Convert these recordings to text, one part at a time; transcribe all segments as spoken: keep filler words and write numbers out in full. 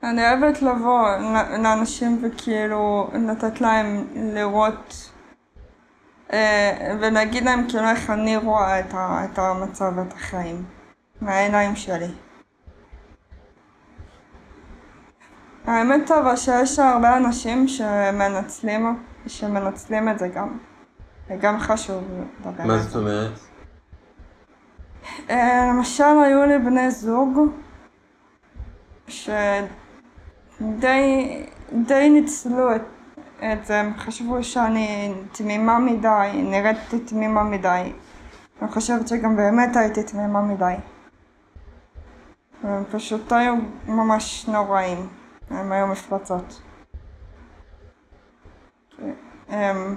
אני אוהבת לבוא ל- לאנשים וכאילו לתת להם לראות אה, ולהגיד להם כאילו איך אני רואה את, ה- את המצב ואת החיים מהעיניים שלי. האמת אבל שיש הרבה אנשים שמנצלים, שמנצלים את זה גם. זה גם חשוב לדבר מה על זאת זה. אומרת? אה, למשל היו לי בני זוג שדי די ניצלו את, את זה, הם חשבו שאני תמימה מדי, נראית תמימה מדי. אני חושבת שגם באמת הייתי תמימה מדי. הם פשוט היו ממש נוראים, הם היו מפלצות. הם...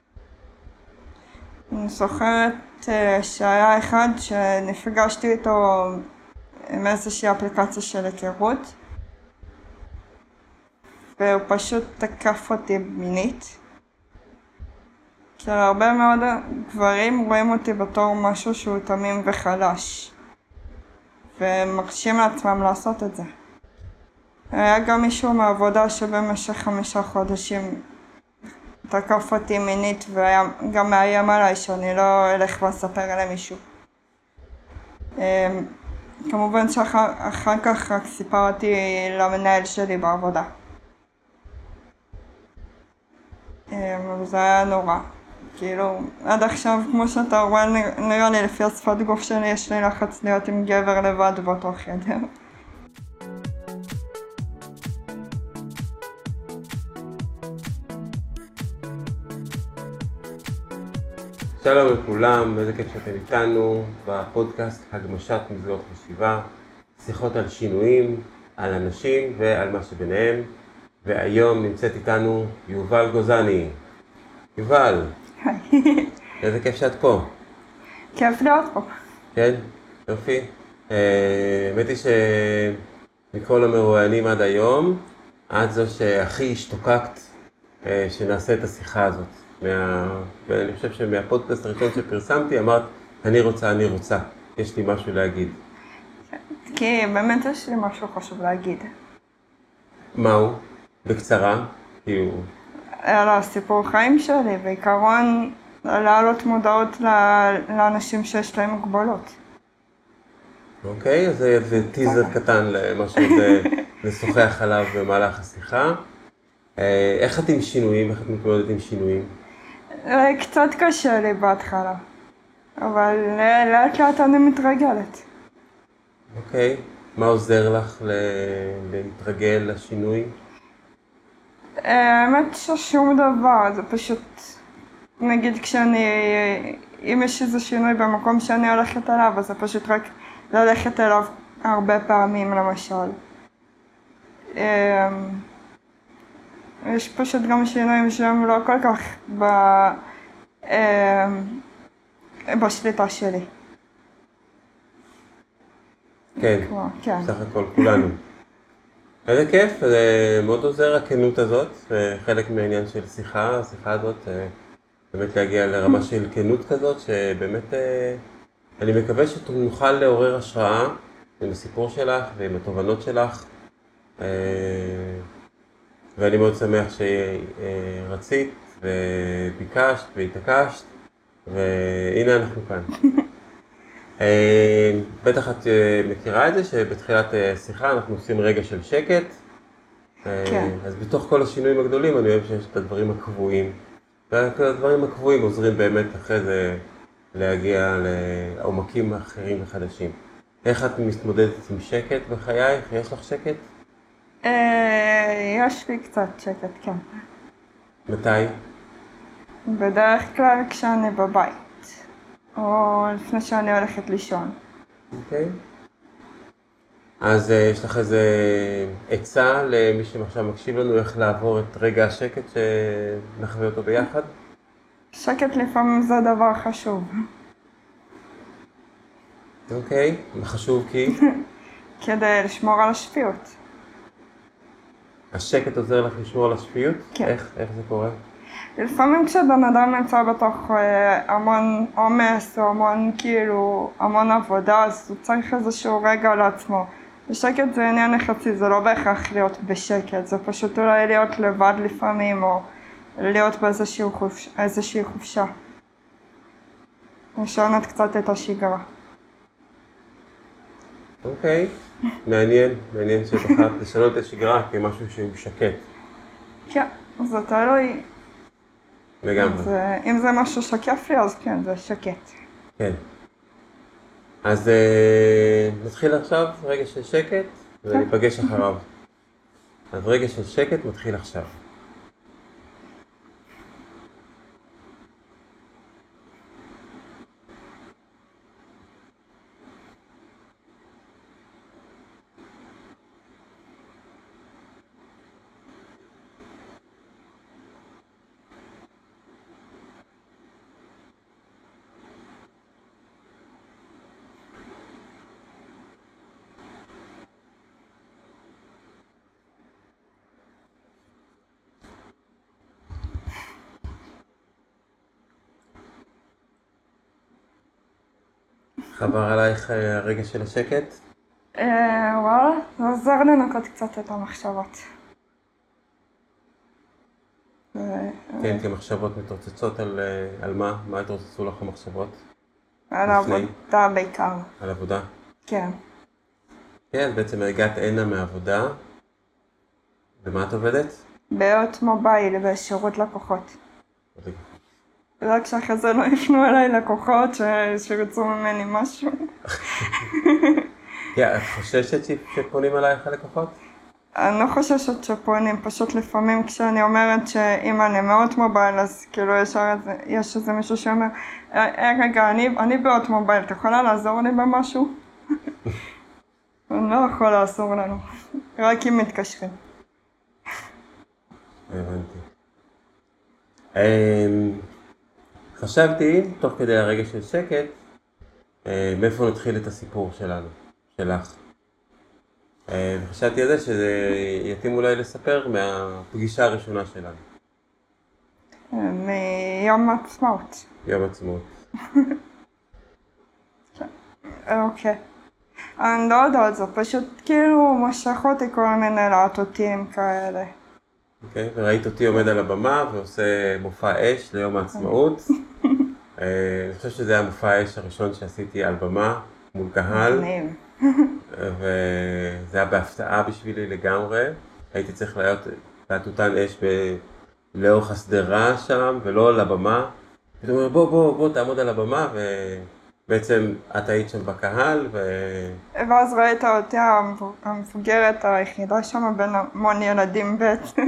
אני זוכרת אה, שהיה אחד שנפגשתי איתו עם איזושהי אפליקציה של היכרות והוא פשוט תקף אותי מינית. כאילו הרבה מאוד גברים רואים אותי בתור משהו שהוא תמים וחלש ומרשים לעצמם לעשות את זה. היה גם מישהו מהעבודה שבמשך חמישה חודשים תקף אותי מינית והיה גם מאיים עליי שאני לא אלך ואספר למישהו. כמובן שאחר כך רק סיפרתי למנהל שלי בעבודה. אבל זה היה נורא. כאילו, עד עכשיו, כמו שאתה רואה, נראה לי לפי השפת גוף שלי, יש לי לחץ להיות עם גבר לבד באותו חדר. שלום לכולם, איזה כיף שאתם איתנו בפודקאסט הגמשת מגבלות חשיבה, שיחות על שינויים, על אנשים ועל מה שביניהם. והיום נמצאת איתנו יובל גוזני. יובל, איזה כיף שאת פה. כיף להיות פה. כן, יופי. האמת היא שמכל המרואיינים עד היום, את זו שהכי השתוקקת שנעשה את השיחה הזאת. מה... ואני חושב שמהפודקאסט הראשון שפרסמתי אמרת, אני רוצה, אני רוצה, יש לי משהו להגיד. כי באמת יש לי משהו חשוב להגיד. מהו? בקצרה? כאילו... על הסיפור חיים שלי, בעיקרון להעלות מודעות לאנשים שיש להם מוגבלות. אוקיי, אז זה טיזר קטן למה שעוד נשוחח עליו במהלך השיחה. איך את עם שינויים? איך את מתמודדת עם שינויים? קצת קשה לי בהתחלה, אבל לאט לאט אני מתרגלת. אוקיי, מה עוזר לך להתרגל לשינוי? האמת ששום דבר, זה פשוט, נגיד כשאני, אם יש איזה שינוי במקום שאני הולכת אליו, אז זה פשוט רק ללכת אליו הרבה פעמים למשל. יש פשוט גם שינויים שהם לא כל כך ב... בשליטה שלי. כן, כן. בסך הכל כולנו. איזה כיף, זה מאוד עוזר הכנות הזאת, חלק מהעניין של שיחה, השיחה הזאת, באמת להגיע לרמה של כנות כזאת, שבאמת אני מקווה שנוכל לעורר השראה עם הסיפור שלך ועם התובנות שלך, ואני מאוד שמח שרצית וביקשת והתעקשת, והנה אנחנו כאן. בטח את מכירה את זה שבתחילת שיחה אנחנו עושים רגע של שקט. כן. אז בתוך כל השינויים הגדולים אני אוהב שיש את הדברים הקבועים. והדברים הקבועים עוזרים באמת אחרי זה להגיע לעומקים אחרים וחדשים. איך את מתמודדת עם שקט בחייך? יש לך שקט? יש לי קצת שקט, כן. מתי? בדרך כלל כשאני בבית. או לפני שאני הולכת לישון. אוקיי. אז יש לך איזה עצה למי שעכשיו מקשיב לנו איך לעבור את רגע השקט שנחווה אותו ביחד? שקט לפעמים זה דבר חשוב. אוקיי, זה חשוב כי? כדי לשמור על השפיות. השקט עוזר לך לשמור על השפיות? כן. איך, איך זה קורה? לפעמים כשבן אדם נמצא בתוך המון עומס או המון כאילו, המון עבודה, אז הוא צריך איזשהו רגע לעצמו, בשקט זה עניין יחסי, זה לא בהכרח להיות בשקט, זה פשוט אולי להיות לבד לפעמים, או להיות באיזושהי חופש, איזושהי חופשה. לשנות קצת את השגרה. אוקיי, מעניין, מעניין שבחרת לשנות את השגרה כמשהו שהוא שקט. כן, זה תלוי. לגמרי. אז, אם זה משהו שכיף לי, אז כן, זה שקט. כן. אז אה, נתחיל עכשיו רגע של שקט וניפגש אחריו. אז רגע של שקט מתחיל עכשיו. חבר עלייך הרגע של השקט? אה, וואלה, זה עוזר לנקות קצת את המחשבות. כן, כי המחשבות מתרוצצות על, על מה? מה התרוצצו לך המחשבות? על העבודה בעיקר. על עבודה? כן. כן, בעצם הגעת הנה מעבודה. במה את עובדת? בהוט מובייל בשירות לקוחות. רק שאחרי זה לא יפנו אליי לקוחות שירצו ממני משהו. כן, את חוששת שפונים אלייך הלקוחות? אני לא חוששת שפונים, פשוט לפעמים כשאני אומרת שאם אני מהוט מובייל, אז כאילו ישר יש איזה מישהו שאומר, רגע, אני בהוט מובייל, אתה יכולה לעזור לי במשהו? אני לא יכול לעזור לנו, רק אם מתקשרים. הבנתי. חשבתי, תוך כדי הרגע של שקט, מאיפה נתחיל את הסיפור שלנו, שלך. וחשבתי על זה שזה יתאים אולי לספר מהפגישה הראשונה שלנו. מיום עצמאות. יום עצמאות. אוקיי. אני לא יודעת, זה פשוט כאילו משך אותי כל מיני להטוטים כאלה. אוקיי, וראית אותי עומד על הבמה ועושה מופע אש ליום העצמאות. אני חושב שזה היה מופע האש הראשון שעשיתי על במה מול קהל. מגניב. וזה היה בהפתעה בשבילי לגמרי. הייתי צריך להיות להטוטן אש לאורך השדרה שם ולא על הבמה. פתאום אומר בוא בוא בוא תעמוד על הבמה ובעצם את היית שם בקהל ו... ואז ראית אותי המבוגרת היחידה שם בין המון ילדים בעצם.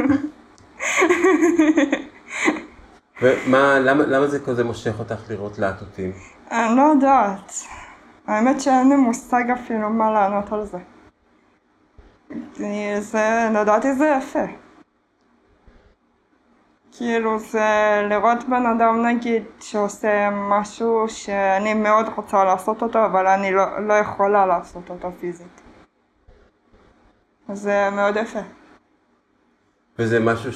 ומה, למה, למה זה כזה מושך אותך לראות להטוטים? אני לא יודעת. האמת שאין לי מושג אפילו מה לענות על זה. זה, לדעתי זה יפה. כאילו זה לראות בן אדם נגיד שעושה משהו שאני מאוד רוצה לעשות אותו, אבל אני לא, לא יכולה לעשות אותו פיזית. אז זה מאוד יפה. וזה משהו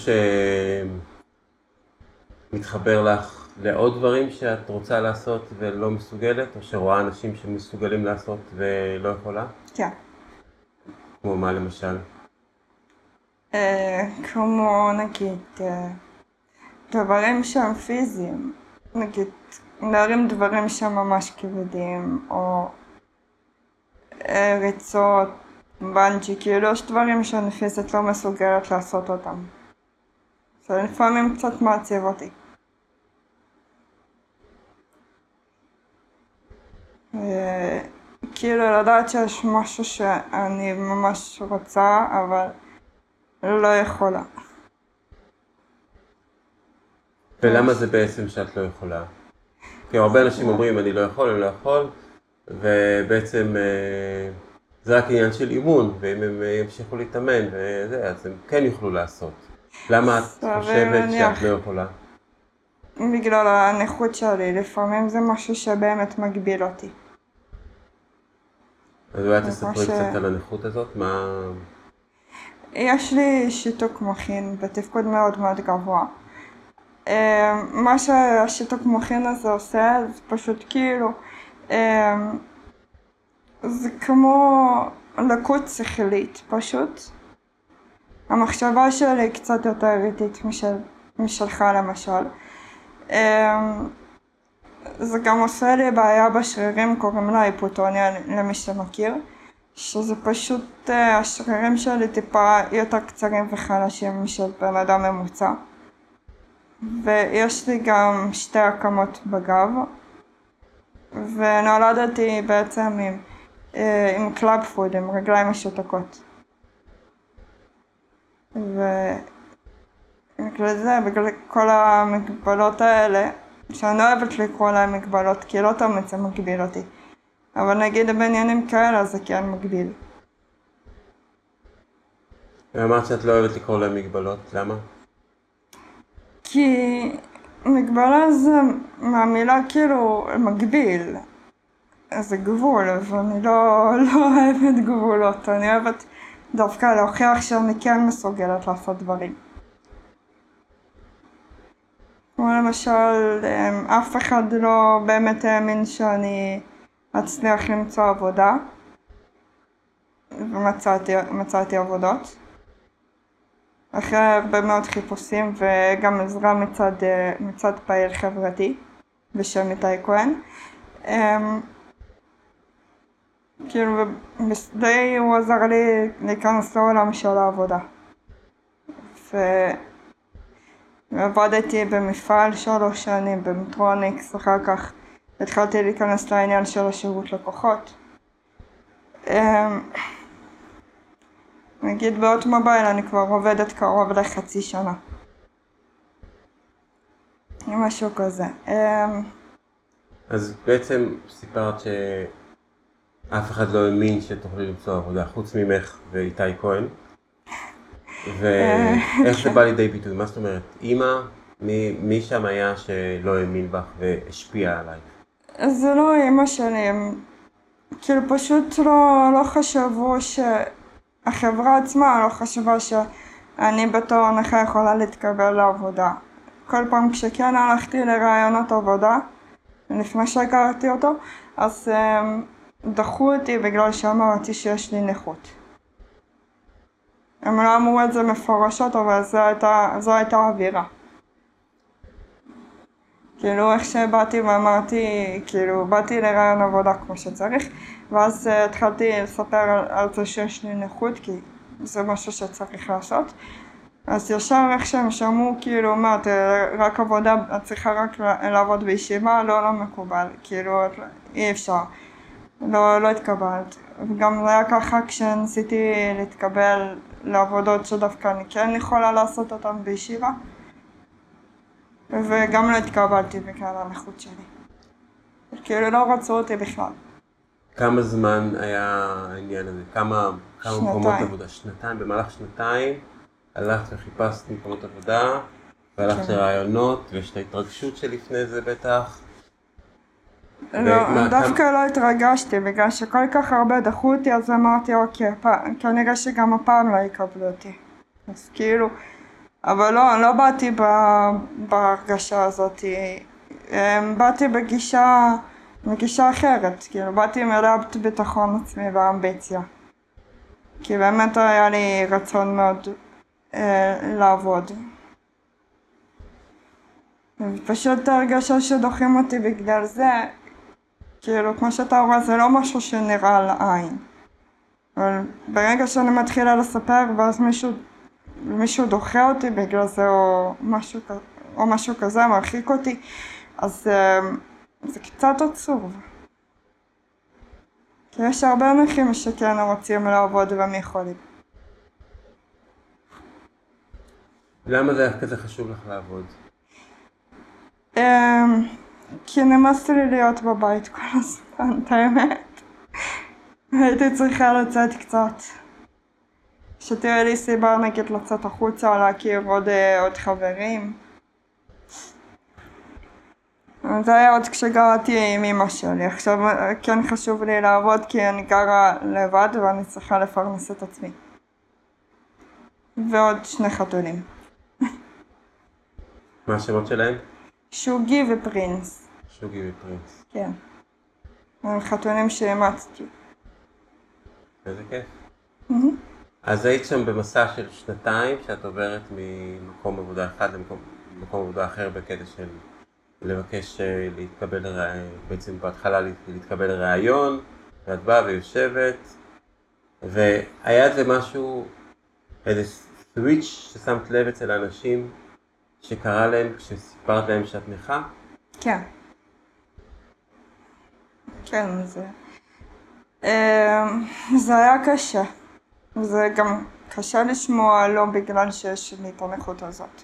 שמתחבר לך לעוד דברים שאת רוצה לעשות ולא מסוגלת, או שרואה אנשים שמסוגלים לעשות ולא יכולה? כן. כמו מה למשל? אה, כמו נגיד אה, דברים שהם פיזיים, נגיד להרים דברים שהם ממש כבדים, או אה, ריצות, בנג'י, כאילו יש דברים שאני פיזית לא מסוגלת לעשות אותם. זה לפעמים קצת מעציב אותי. כאילו לדעת שיש משהו שאני ממש רוצה, אבל לא יכולה. ולמה זה בעצם שאת לא יכולה? כי הרבה אנשים אומרים אני לא יכול, אני לא יכול, ובעצם זה רק עניין של אימון, ואם הם ימשיכו להתאמן וזה, אז הם כן יוכלו לעשות. למה את חושבת שאת לא יכולה? בגלל הנכות שלי, לפעמים זה משהו שבאמת מגביל אותי. אז אולי תספרי קצת על הנכות הזאת, מה... יש לי שיתוק מוחין בתפקוד מאוד מאוד גבוה. מה שהשיתוק מוחין הזה עושה, זה פשוט כאילו, זה כמו לקות שכלית פשוט. המחשבה שלי קצת יותר איטית משל, משלך למשל. זה גם עושה לי בעיה בשרירים, קוראים לה היפוטוניה למי שמכיר, שזה פשוט, השרירים שלי טיפה יותר קצרים וחלשים משל בן אדם ממוצע. ויש לי גם שתי הקמות בגב, ונולדתי בעצם עם, עם קלאב פוד, עם רגליים משותקות. ובגלל זה, בגלל כל המגבלות האלה, שאני לא אוהבת לקרוא להם מגבלות, כי לא תמיד זה מגביל אותי. אבל נגיד בעניינים כאלה, זה כן מגביל. ואמרת שאת לא אוהבת לקרוא להם מגבלות, למה? כי מגבלה זה מהמילה כאילו מגביל. זה גבול, ואני לא, לא אוהבת גבולות. אני אוהבת דווקא להוכיח שאני כן מסוגלת לעשות דברים. כמו למשל, אף אחד לא באמת האמין שאני אצליח למצוא עבודה, ומצאתי מצאתי עבודות. אחרי הרבה מאוד חיפושים וגם עזרה מצד, מצד פעיל חברתי בשם איתי כהן. כאילו, די הוא עזר לי להיכנס לעולם של העבודה. ועבדתי במפעל שלוש שנים במטרוניקס, אחר כך התחלתי להיכנס לעניין של השירות לקוחות. נגיד באות מובייל אני כבר עובדת קרוב לחצי שנה. משהו כזה. אז בעצם סיפרת שאף אחד לא האמין שתוכלי למצוא עבודה חוץ ממך ואיתי כהן. ואיך זה בא לידי ביטוי? מה זאת אומרת? אמא, מי, מי שם היה שלא האמין בך והשפיע עלייך? זה לא אמא שלי, הם כאילו פשוט לא, לא חשבו ש... החברה עצמה לא חשבה שאני בתור נכה יכולה להתקבל לעבודה. כל פעם כשכן הלכתי לרעיונות עבודה, לפני שהכרתי אותו, אז דחו אותי בגלל שאמרתי שיש לי נכות. הם לא אמרו את זה מפורשות, אבל זו הייתה, זו הייתה האווירה. כאילו איך שבאתי ואמרתי, כאילו באתי לרעיון עבודה כמו שצריך, ואז uh, התחלתי לספר על, על זה שיש לי נכות, כי זה משהו שצריך לעשות. אז ישר איך שהם שמעו, כאילו, מה, את רק עבודה, את צריכה רק לעבוד בישיבה, לא, לא מקובל, כאילו, אי אפשר, לא, לא התקבלת. וגם זה היה ככה כשניסיתי להתקבל לעבודות שדווקא אני כן יכולה לעשות אותן בישיבה. וגם לא התקבלתי בגלל הנכות שלי. כאילו לא רצו אותי בכלל. כמה זמן היה העניין הזה? כמה, כמה מקומות עבודה? שנתיים? במהלך שנתיים הלכת וחיפשת מקומות עבודה, והלכת כן. לרעיונות, ויש את ההתרגשות שלפני זה בטח. לא, ומה, דווקא כמה... לא התרגשתי, בגלל שכל כך הרבה דחו אותי, אז אמרתי, אוקיי, פ... כנראה שגם הפעם לא יקבלו אותי. אז כאילו... אבל לא, לא באתי בהרגשה הזאת, באתי בגישה, בגישה אחרת, כאילו באתי מלאת ביטחון עצמי ואמביציה. כי באמת היה לי רצון מאוד אה, לעבוד. פשוט הרגשה שדוחים אותי בגלל זה, כאילו כמו שאתה רואה זה לא משהו שנראה לעין. אבל ברגע שאני מתחילה לספר ואז מישהו מישהו דוחה אותי בגלל זה או משהו, או משהו כזה מרחיק אותי, אז זה קצת עצוב. כי יש הרבה נכים שכן רוצים לעבוד והם יכולים. למה זה כזה חשוב לך לעבוד? כי נמאס לי להיות בבית כל הזמן, את האמת. הייתי צריכה לצאת קצת. שתראה לי סיבה נגיד לצאת החוצה, להכיר עוד, עוד חברים. זה היה עוד כשגרתי עם אמא שלי. עכשיו כן חשוב לי לעבוד כי אני גרה לבד ואני צריכה לפרנס את עצמי. ועוד שני חתולים. מה השמות שלהם? שוגי ופרינס. שוגי ופרינס. כן. הם חתולים שאימצתי. איזה כיף. מהמם. אז היית שם במסע של שנתיים, שאת עוברת ממקום עבודה אחד למקום מקום עבודה אחר בקטע של לבקש אה, להתקבל, לרע- בעצם בהתחלה להת- להתקבל לראיון, ואת באה ויושבת, והיה איזה משהו, איזה סוויץ' ששמת לב אצל האנשים שקרה להם כשסיפרת להם שאת נכה? כן. כן, זה... אמ, זה היה קשה. זה גם קשה לשמוע לא בגלל שיש לי את הנכות הזאת.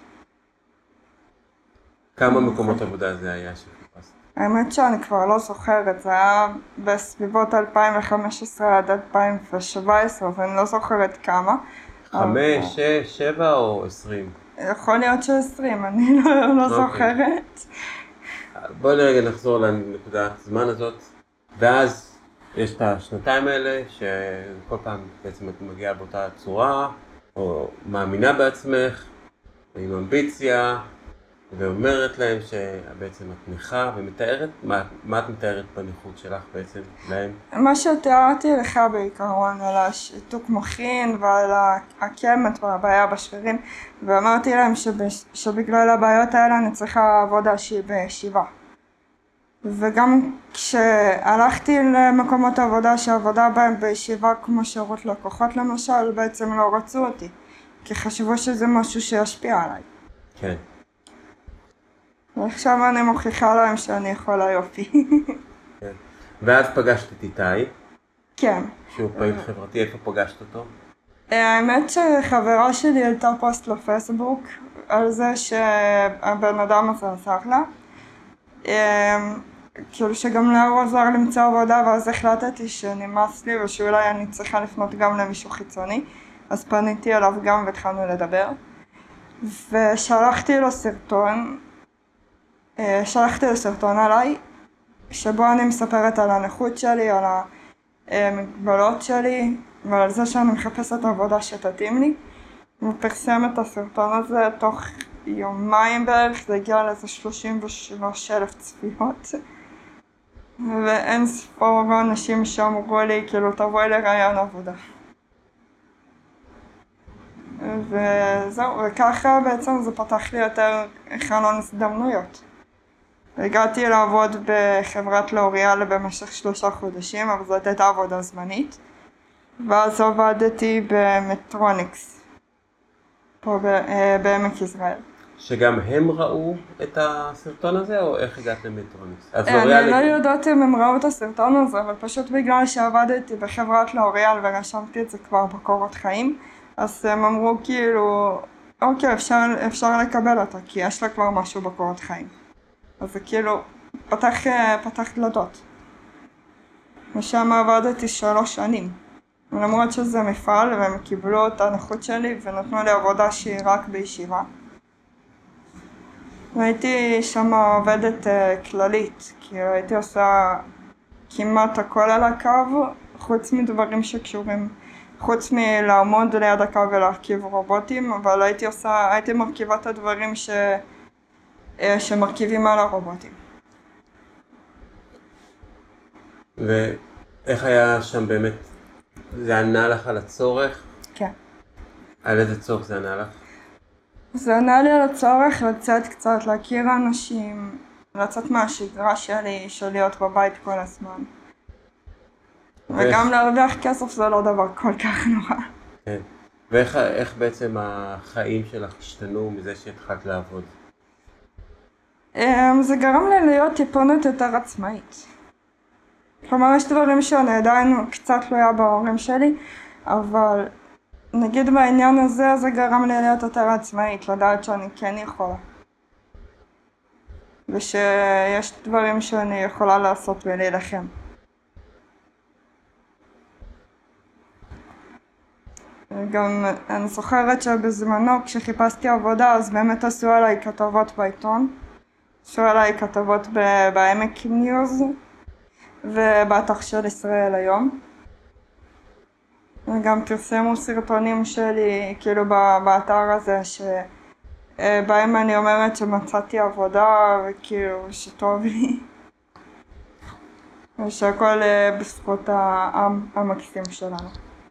כמה מקומות עבודה זה היה שחיפשת? האמת שאני כבר לא זוכרת, זה היה בסביבות אלפיים וחמש עשרה עד אלפיים ושבע עשרה, אז אני לא זוכרת כמה. חמש, שש, שבע או עשרים? יכול להיות שעשרים, אני לא, לא אוקיי. זוכרת. בואי רגע נחזור לנקודת הזמן הזאת, ואז יש את השנתיים האלה שכל פעם בעצם את מגיעה באותה צורה, או מאמינה בעצמך, עם אמביציה, ואומרת להם שבעצם את נכה, ומתארת, מה, מה את מתארת בנכות שלך בעצם להם? מה שתיארתי לך בעיקרון על השיתוק מוחין ועל הקמת והבעיה בשרירים, ואמרתי להם שבש, שבגלל הבעיות האלה אני צריכה עבודה שהיא בישיבה. וגם כשהלכתי למקומות עבודה שעבודה בהם בישיבה כמו שירות לקוחות למשל, בעצם לא רצו אותי, כי חשבו שזה משהו שישפיע עליי. כן. ועכשיו אני מוכיחה להם שאני יכולה יופי. כן. ואז פגשת את איתי, כן. שהוא פעיל חברתי, איפה פגשת אותו? האמת שחברה שלי העלתה פוסט לפייסבוק על זה שהבן אדם הזה עזר לה. כאילו שגם לה הוא עזר למצוא עבודה, ואז החלטתי שנמאס לי ושאולי אני צריכה לפנות גם למישהו חיצוני, אז פניתי אליו גם והתחלנו לדבר ושלחתי לו סרטון, שלחתי לו סרטון עליי שבו אני מספרת על הנכות שלי, על המגבלות שלי ועל זה שאני מחפשת עבודה שתתאים לי. הוא פרסם את הסרטון הזה תוך יומיים בערך, זה הגיע לאיזה שלושים ושלושה אלף צפיות, ואין ספור אנשים שאמרו לי כאילו תבואי לראיון עבודה. וזהו, וככה בעצם זה פתח לי יותר חלון הזדמנויות. הגעתי לעבוד בחברת לוריאל במשך שלושה חודשים, אבל זאת הייתה עבודה זמנית, ואז עבדתי במטרוניקס פה בעמק יזרעאל. שגם הם ראו את הסרטון הזה, או איך הגעת למטרוניקס? אני לא יודעת אם הם ראו את הסרטון הזה, אבל פשוט בגלל שעבדתי בחברת לוריאל ורשמתי את זה כבר בקורות חיים, אז הם אמרו כאילו, אוקיי, אפשר, אפשר לקבל אותה, כי יש לה כבר משהו בקורות חיים. אז זה כאילו פתח, פתח דלתות. ושם עבדתי שלוש שנים. למרות שזה מפעל, והם קיבלו את הנכות שלי ונתנו לי עבודה שהיא רק בישיבה. והייתי שם עובדת uh, כללית, כי הייתי עושה כמעט הכל על הקו, חוץ מדברים שקשורים, חוץ מלעמוד ליד הקו ולהרכיב רובוטים, אבל הייתי עושה, הייתי מרכיבה את הדברים ש, uh, שמרכיבים על הרובוטים. ואיך היה שם באמת, זה ענה לך על הצורך? כן. על איזה צורך זה ענה לך? זה ענה לי על הצורך לצאת קצת, להכיר אנשים, לצאת מהשגרה שלי, של להיות בבית כל הזמן. וגם להרוויח כסף זה לא דבר כל כך נורא. כן. ואיך איך בעצם החיים שלך השתנו מזה שהתחלת לעבוד? זה גרם לי להיות טיפונת יותר עצמאית. כלומר, יש דברים שאני עדיין קצת תלויה בהורים שלי, אבל נגיד בעניין הזה, זה גרם לי להיות יותר עצמאית, לדעת שאני כן יכולה. ושיש דברים שאני יכולה לעשות ולהילחם. גם אני זוכרת שבזמנו כשחיפשתי עבודה אז באמת עשו עליי כתבות בעיתון. עשו עליי כתבות בעמק ניוז ובאתר של ישראל היום. וגם פרסמו סרטונים שלי כאילו באתר הזה שבהם אני אומרת שמצאתי עבודה וכאילו שטוב לי. ושהכל בזכות העם המקסים שלנו.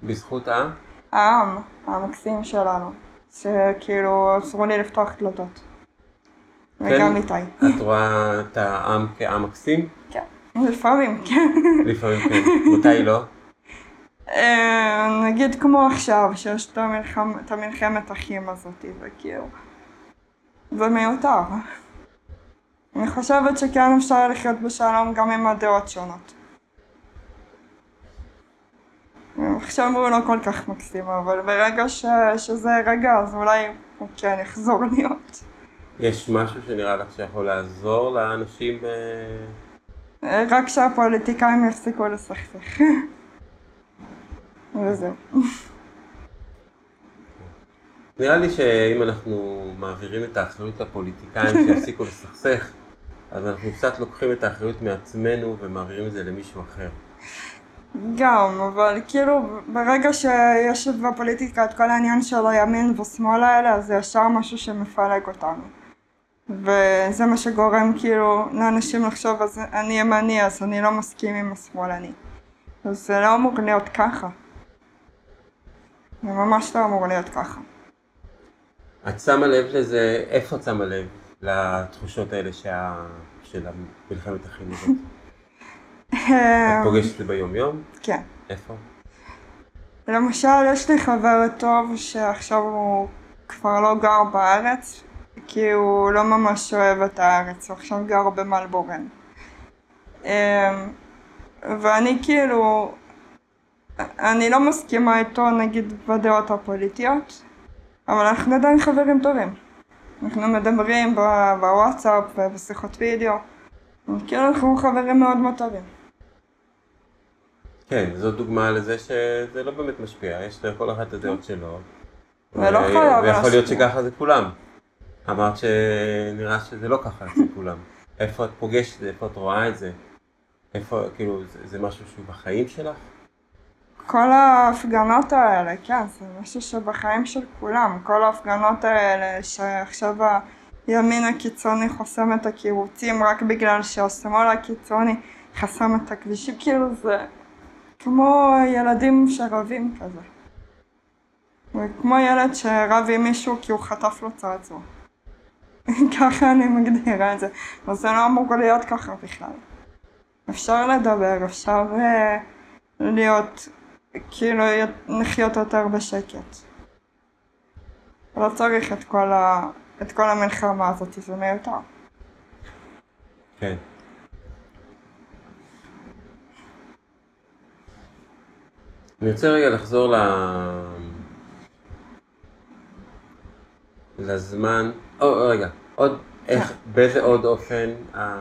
בזכות ה... העם, המקסים שלנו, שכאילו אסרו לי לפתוח דלתות. וגם איתי. את רואה את העם כעם מקסים? כן, לפעמים, כן. לפעמים כן. מתי לא? אה, נגיד כמו עכשיו, שיש את המלחמ- את המלחמת אחים הזאת, וכאילו, זה מיותר. אני חושבת שכן אפשר לחיות בשלום גם עם הדעות שונות. עכשיו הוא לא כל כך מקסים, אבל ברגע ש... שזה רגע, אז אולי הוא כן יחזור להיות. יש משהו שנראה לך שיכול לעזור לאנשים? אה, רק שהפוליטיקאים יפסיקו לסכסך. וזהו. נראה לי שאם אנחנו מעבירים את האחריות לפוליטיקאים שיפסיקו לסכסך, אז אנחנו קצת לוקחים את האחריות מעצמנו ומעבירים את זה למישהו אחר. גם, אבל כאילו ברגע שיש בפוליטיקה את כל העניין של הימין ושמאל האלה, אז זה ישר משהו שמפלג אותנו. וזה מה שגורם כאילו לאנשים לחשוב, אז אני ימני, אז אני לא מסכים עם השמאלני. אז זה לא אמור להיות ככה. זה ממש לא אמור להיות ככה. את שמה לב לזה, איפה את שמה לב לתחושות האלה שה... של המלחמת אחים הזאת? את פוגשת את זה ביום יום? כן. איפה? למשל, יש לי חבר טוב שעכשיו הוא כבר לא גר בארץ, כי הוא לא ממש אוהב את הארץ, הוא עכשיו גר במלבורן. ואני כאילו, אני לא מסכימה איתו נגיד בדעות הפוליטיות, אבל אנחנו עדיין חברים טובים. אנחנו מדברים בוואטסאפ ובשיחות וידאו, כאילו אנחנו חברים מאוד מאוד טובים. כן, זו דוגמה לזה שזה לא באמת משפיע, יש לכל אחת את הדעות שלו. ולא חייב להשפיע. ויכול להיות להשפיע. שככה זה כולם. אמרת שנראה שזה לא ככה אצל כולם. איפה את פוגשת את זה, איפה את רואה את זה? איפה, כאילו, זה, זה משהו שהוא בחיים שלך? כל ההפגנות האלה, כן, זה משהו שבחיים של כולם. כל ההפגנות האלה שעכשיו הימין הקיצוני חוסם את הקיבוצים רק בגלל שהשמאל הקיצוני חסם את הכבישים, כאילו זה כמו ילדים שרבים כזה. וכמו ילד שרב עם מישהו כי הוא חטף לו צעצוע. ככה אני מגדירה את זה. אז זה לא אמור להיות ככה בכלל. אפשר לדבר, אפשר uh, להיות, כאילו לחיות יותר בשקט. לא צריך את כל, ה, את כל המלחמה הזאת, זה מיותר. כן. אני רוצה רגע לחזור ל... לזמן, או רגע, עוד, איך, באיזה עוד אופן, ה...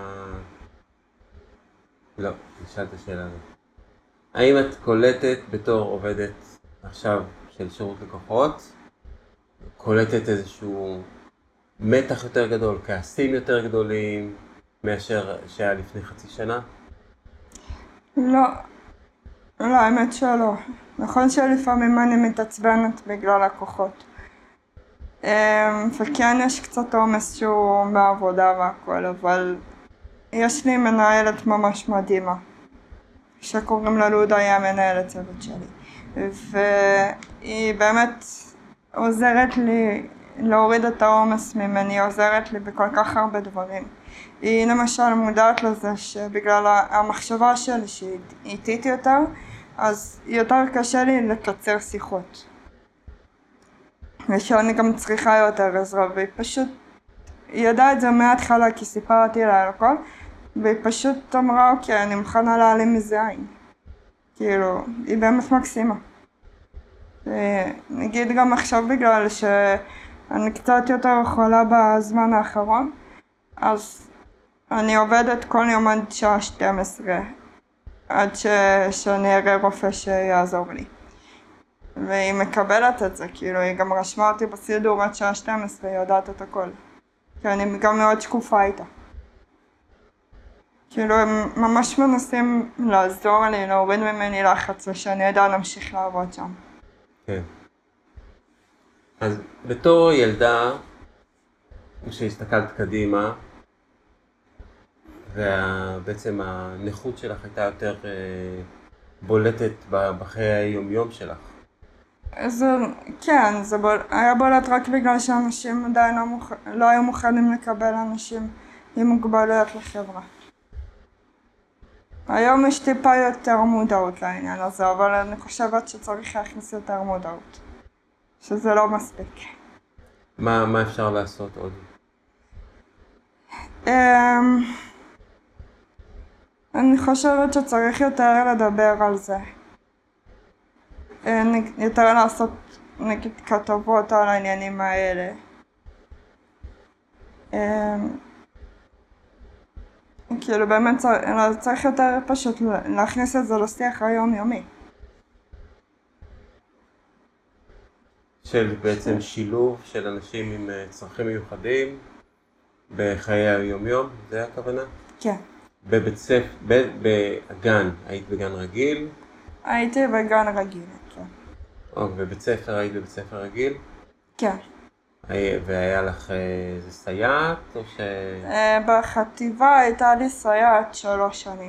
לא, נשאל את השאלה הזאת. האם את קולטת בתור עובדת עכשיו של שירות לקוחות, קולטת איזשהו מתח יותר גדול, כעסים יותר גדולים, מאשר שהיה לפני חצי שנה? לא, לא, האמת שלא. נכון שלפעמים אני מתעצבנת בגלל לקוחות. וכן יש קצת עומס שהוא בעבודה והכל, אבל יש לי מנהלת ממש מדהימה, שקוראים לה לודה, היא המנהלת צוות שלי. והיא באמת עוזרת לי להוריד את העומס ממני, עוזרת לי בכל כך הרבה דברים. היא למשל מודעת לזה שבגלל המחשבה שלי שהיא איטית יותר, אז יותר קשה לי לקצר שיחות. ושאני גם צריכה יותר עזרה, והיא פשוט, היא ידעה את זה מההתחלה כי סיפרתי לה על הכל, והיא פשוט אמרה אוקיי, אני מוכנה להעלים מזה עין. כאילו, היא באמת מקסימה. נגיד גם עכשיו בגלל שאני קצת יותר חולה בזמן האחרון, אז אני עובדת כל יום עד שעה שתים עשרה, עד ש... שאני אראה רופא שיעזור לי. והיא מקבלת את זה, כאילו היא גם רשמה אותי בסידור עד שעה שתים עשרה, היא יודעת את הכל. כי אני גם מאוד שקופה איתה. כאילו הם ממש מנסים לעזור לי, להוריד ממני לחץ ושאני אדע להמשיך לעבוד שם. כן. אז בתור ילדה, כשהסתכלת קדימה, ובעצם הנכות שלך הייתה יותר בולטת בחיי היום-יום שלך. זה, כן, זה בול, היה בולט רק בגלל שאנשים עדיין לא, מוכ... לא היו מוכנים לקבל אנשים עם מוגבלויות לחברה. היום יש טיפה יותר מודעות לעניין הזה, אבל אני חושבת שצריך להכניס יותר מודעות, שזה לא מספיק. מה, מה אפשר לעשות עוד? אמ, אני חושבת שצריך יותר לדבר על זה. אה, נג- יותר לעשות נגיד כתבות על העניינים האלה. אמ, כאילו באמת צר- צריך יותר פשוט להכניס את זה לשיח היומיומי. של בעצם שילוב של אנשים עם אה, צרכים מיוחדים בחיי היומיום, זה הכוונה? כן. בבית ספר, ב- בגן, היית בגן רגיל? הייתי בגן רגיל, כן. או בבית ספר, היית בבית ספר רגיל? כן. היה- והיה לך אה, איזה סייעת או ש... אה, בחטיבה הייתה לי סייעת שלוש שנים.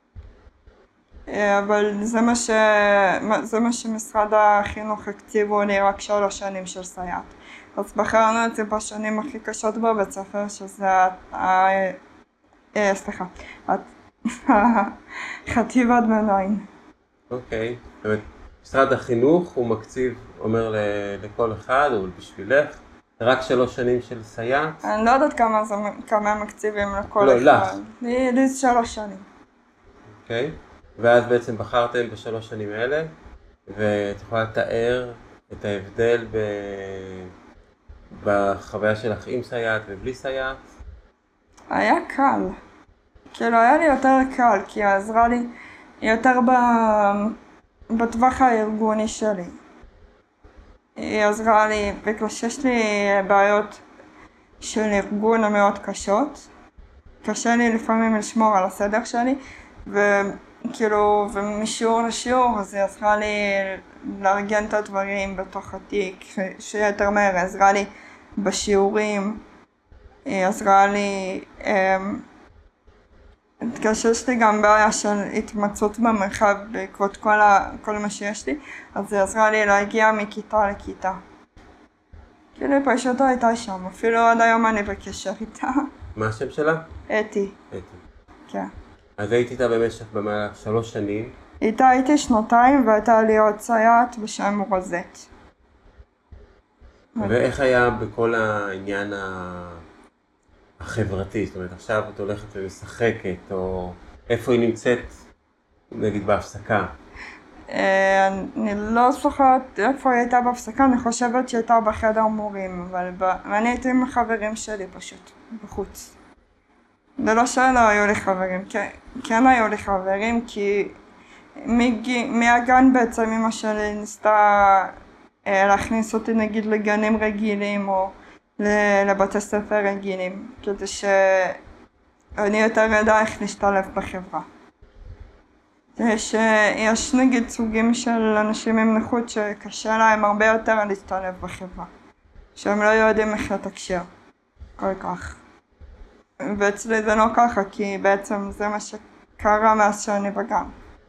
אה, אבל זה מה, ש... מה- זה מה שמשרד החינוך הקציבו לי, רק שלוש שנים של סייעת. אז בחרנו את זה בשנים הכי קשות בבית ספר, שזה ה... ה- אה, סליחה, ה- חטיבת ביניים. אוקיי. זאת אומרת, משרד החינוך הוא מקציב, אומר ל- לכל אחד, או בשבילך, רק שלוש שנים של סייעת? אני לא יודעת כמה, זה, כמה הם מקציבים לכל לא, אחד. לך. לי, לי זה שלוש שנים. אוקיי. ואז בעצם בחרתם בשלוש שנים האלה, ואת יכולה לתאר את ההבדל ב... בחוויה שלך עם סייעת ובלי סייעת? היה קל. כאילו היה לי יותר קל, כי היא עזרה לי יותר ב... בטווח הארגוני שלי. היא עזרה לי, בגלל שיש לי בעיות של ארגון מאוד קשות. קשה לי לפעמים לשמור על הסדר שלי, וכאילו, ומשיעור לשיעור, אז היא עזרה לי לארגן את הדברים בתוך התיק, שיהיה יותר מהר, היא עזרה לי בשיעורים, היא עזרה לי, אמ, שיש לי גם בעיה של התמצאות במרחב בעקבות כל, ה, כל מה שיש לי, אז היא עזרה לי להגיע מכיתה לכיתה. כאילו היא פשוט הייתה שם, אפילו עד היום אני בקשר איתה. מה השם שלה? אתי, אתי. כן. אז הייתי איתה במשך במהלך שלוש שנים. איתה הייתי שנתיים והייתה לי עוד סייעת בשם רוזט. ואיך היה בכל העניין ה- החברתי? זאת אומרת, עכשיו את הולכת ומשחקת, או איפה היא נמצאת, נגיד בהפסקה? אה, אני לא זוכרת איפה היא הייתה בהפסקה, אני חושבת שהיא הייתה בחדר מורים, אבל ב... ואני הייתי עם החברים שלי פשוט, בחוץ. זה לא שלא היו לי חברים, כן, כן היו לי חברים, כי מג... מהגן בעצם אמא שלי ניסתה אה, להכניס אותי נגיד לגנים רגילים או ל- לבתי ספר רגילים, כדי שאני יותר אדע איך להשתלב בחברה. יש, אה, יש נגיד סוגים של אנשים עם נכות שקשה להם הרבה יותר להשתלב בחברה, שהם לא יודעים איך לתקשר כל כך. ואצלי זה לא ככה, כי בעצם זה מה שקרה מאז שאני בגן.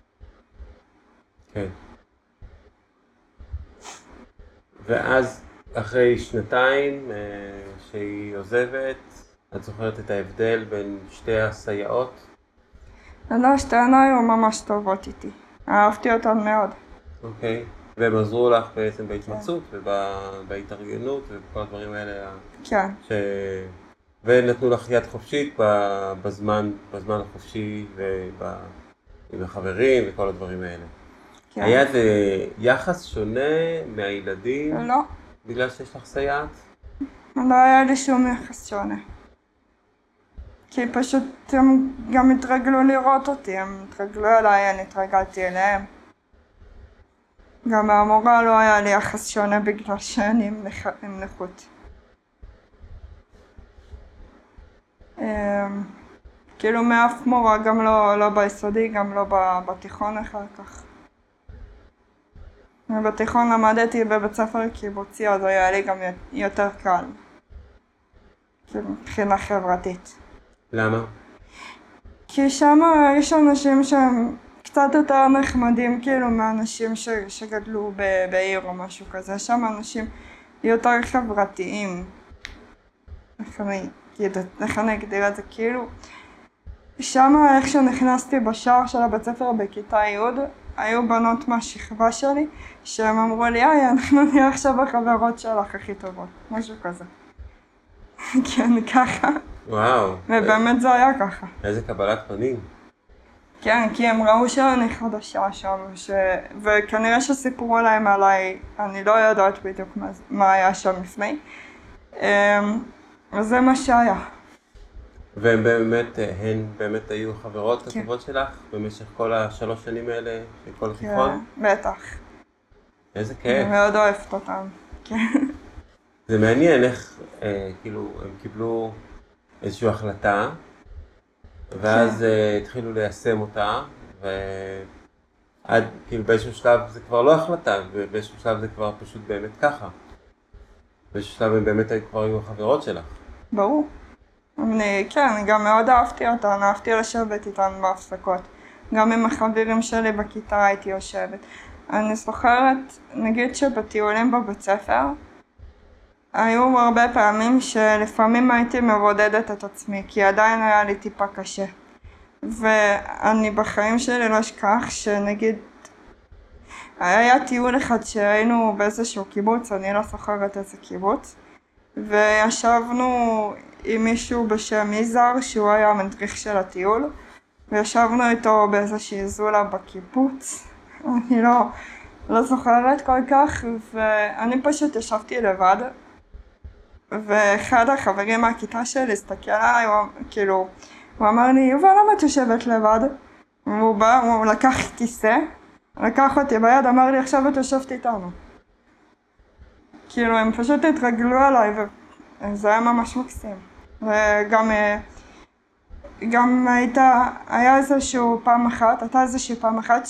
כן. ואז אחרי שנתיים אה, שהיא עוזבת, את זוכרת את ההבדל בין שתי הסייעות? לא, שתיהן היו ממש טובות איתי. אהבתי אותן מאוד. אוקיי. והם עזרו לך בעצם בהתמצאות ובהתארגנות ובכל הדברים האלה. כן. ש... ונתנו לך יד חופשית ב- בזמן, בזמן החופשי וב... עם החברים וכל הדברים האלה. כן. היה איזה יחס שונה מהילדים לא, בגלל שיש לך סייעת? לא היה לי שום יחס שונה. כי פשוט הם גם התרגלו לראות אותי, הם התרגלו אליי, אני התרגלתי אליהם. גם מהמורה לא היה לי יחס שונה בגלל שאני עם, נכ... עם נכות. אמ, כאילו מאף מורה, גם לא, לא ביסודי, גם לא ב- בתיכון אחר כך. בתיכון למדתי בבית ספר קיבוצי, אז היה לי גם יותר קל. כאילו מבחינה חברתית. למה? כי שם יש אנשים שהם קצת יותר נחמדים כאילו מאנשים ש, שגדלו ב, בעיר או משהו כזה, שם אנשים יותר חברתיים. איך אני, איך אני אגדיר את זה, כאילו שם איך שנכנסתי בשער של הבית ספר בכיתה י' היו בנות מהשכבה שלי שהם אמרו לי, היי, אנחנו נהיה עכשיו החברות שלך הכי טובות, משהו כזה. כן, ככה. וואו. ובאמת זה היה ככה. איזה קבלת פנים. כן, כי הם ראו שאני חדשה שם, ש... וכנראה שסיפרו להם עליי, אני לא יודעת בדיוק מה, מה היה שם לפני. וזה מה שהיה. והם באמת, הן באמת היו חברות כן. הטובות שלך במשך כל השלוש שנים האלה, כל התיכון? כן, בטח. איזה כיף. אני מאוד אוהבת אותם, כן. זה מעניין איך, אה, כאילו, הם קיבלו איזושהי החלטה, ואז כן. אה, התחילו ליישם אותה, ועד, כאילו, באיזשהו שלב זה כבר לא החלטה, ובאיזשהו שלב זה כבר פשוט באמת ככה. באיזשהו שלב הם באמת כבר היו החברות שלך. ברור. אני, כן, אני גם מאוד אהבתי אותן, אהבתי לשבת איתן בהפסקות. גם עם החברים שלי בכיתה הייתי יושבת. אני זוכרת, נגיד שבטיולים בבית ספר, היו הרבה פעמים שלפעמים הייתי מבודדת את עצמי, כי עדיין היה לי טיפה קשה. ואני בחיים שלי לא אשכח שנגיד, היה טיול אחד שהיינו באיזשהו קיבוץ, אני לא זוכרת איזה קיבוץ, וישבנו עם מישהו בשם יזהר שהוא היה המדריך של הטיול, וישבנו איתו באיזושהי זולה בקיבוץ, אני לא, לא זוכרת כל כך, ואני פשוט ישבתי לבד, ואחד החברים מהכיתה שלי הסתכל עליי, הוא, כאילו, הוא אמר לי, יובל, למה את יושבת לבד? והוא בא, הוא לקח כיסא, לקח אותי ביד, אמר לי, עכשיו את יושבת איתנו. כאילו, הם פשוט התרגלו עליי, וזה היה ממש מקסים. וגם גם הייתה, היה איזשהו פעם אחת, הייתה איזושהי פעם אחת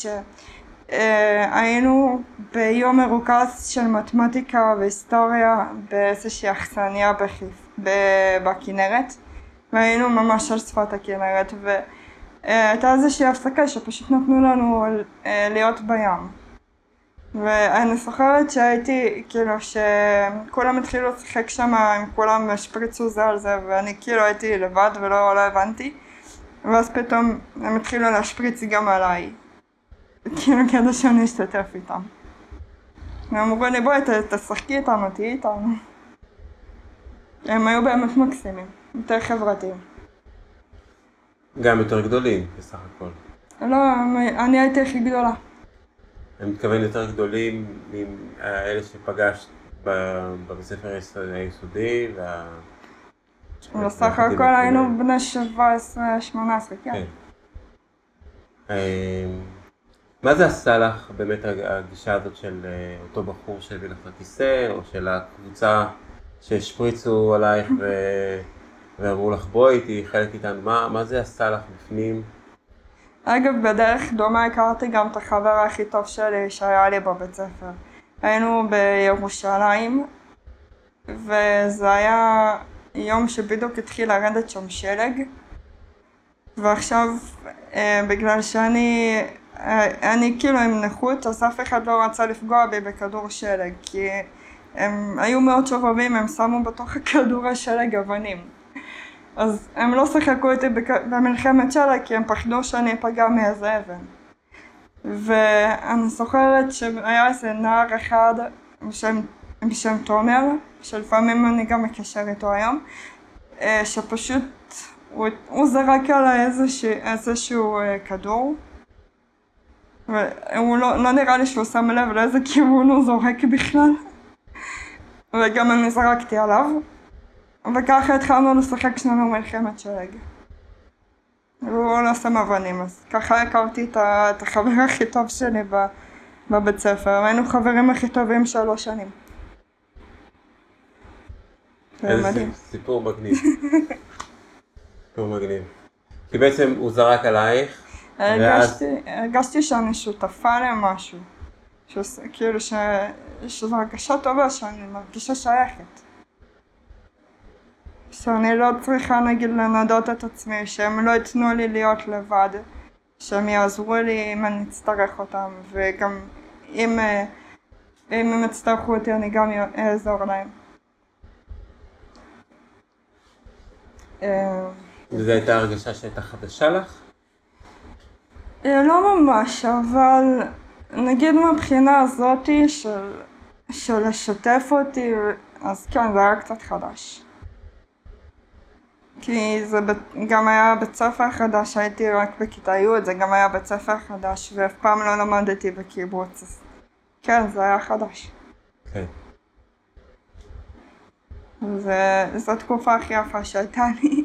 שהיינו ביום מרוכז של מתמטיקה והיסטוריה באיזושהי אכסניה בחיף, בכנרת, והיינו ממש על שפת הכנרת, והייתה איזושהי הפסקה שפשוט נתנו לנו להיות בים. ואני זוכרת שהייתי, כאילו, שכולם התחילו לשחק שם, עם כולם השפריצו זה על זה, ואני כאילו הייתי לבד ולא לא הבנתי, ואז פתאום הם התחילו להשפריץ גם עליי, כאילו כדי שאני אשתתף איתם. הם אמרו לי, בואי תשחקי איתנו, תהיי איתנו. הם היו באמת מקסימים, יותר חברתיים. גם יותר גדולים, בסך הכל. לא, אני הייתי הכי גדולה. אני מתכוון יותר גדולים מאלה שפגשת בבית ספר היסודי וה... בסך הכל היינו בני שבע עשרה שמונה עשרה, כן. מה זה עשה לך באמת הגישה הזאת של אותו בחור שהביא לך לכיסא, או של הקבוצה שהשפריצו עלייך ואמרו לך בואי איתי, חלק איתנו, מה זה עשה לך בפנים? אגב, בדרך דומה הכרתי גם את החבר הכי טוב שלי שהיה לי בבית ספר. היינו בירושלים, וזה היה יום שבדיוק התחיל לרדת שם שלג, ועכשיו בגלל שאני אני כאילו עם נכות, אז אף אחד לא רצה לפגוע בי בכדור שלג, כי הם היו מאוד שובבים, הם שמו בתוך הכדור השלג אבנים. אז הם לא שיחקו איתי במלחמת שלג כי הם פחדו שאני אפגע מאיזה אבן. ואני זוכרת שהיה איזה נער אחד בשם, בשם תומר, שלפעמים אני גם מקשר איתו היום, שפשוט הוא, הוא זרק עליי איזשהו, איזשהו כדור, והוא לא, לא נראה לי שהוא שם לב לאיזה כיוון הוא זורק בכלל, וגם אני זרקתי עליו. וככה התחלנו לשחק שנינו מלחמת שלג. והוא לא שם אבנים, אז ככה הכרתי את החבר הכי טוב שלי בבית ספר, והיינו חברים הכי טובים שלוש שנים. איזה סיפור מגניב. סיפור מגניב. כי בעצם הוא זרק עלייך, ואז... הרגשתי שאני שותפה למשהו. כאילו שזו הרגשה טובה, שאני מרגישה שייכת. שאני לא צריכה נגיד לנדות את עצמי, שהם לא יתנו לי להיות לבד, שהם יעזרו לי אם אני אצטרך אותם, וגם אם, אם הם יצטרכו אותי אני גם אעזור להם. וזו הייתה הרגשה שהייתה חדשה לך? לא ממש, אבל נגיד מבחינה הזאתי של, של לשתף אותי, אז כן, זה היה קצת חדש. כי זה גם היה בית ספר חדש, הייתי רק בכיתה י', זה גם היה בית ספר חדש, ואף פעם לא למדתי בקיבוץ, אז כן, זה היה חדש. כן. זה, זו התקופה הכי יפה שהייתה לי.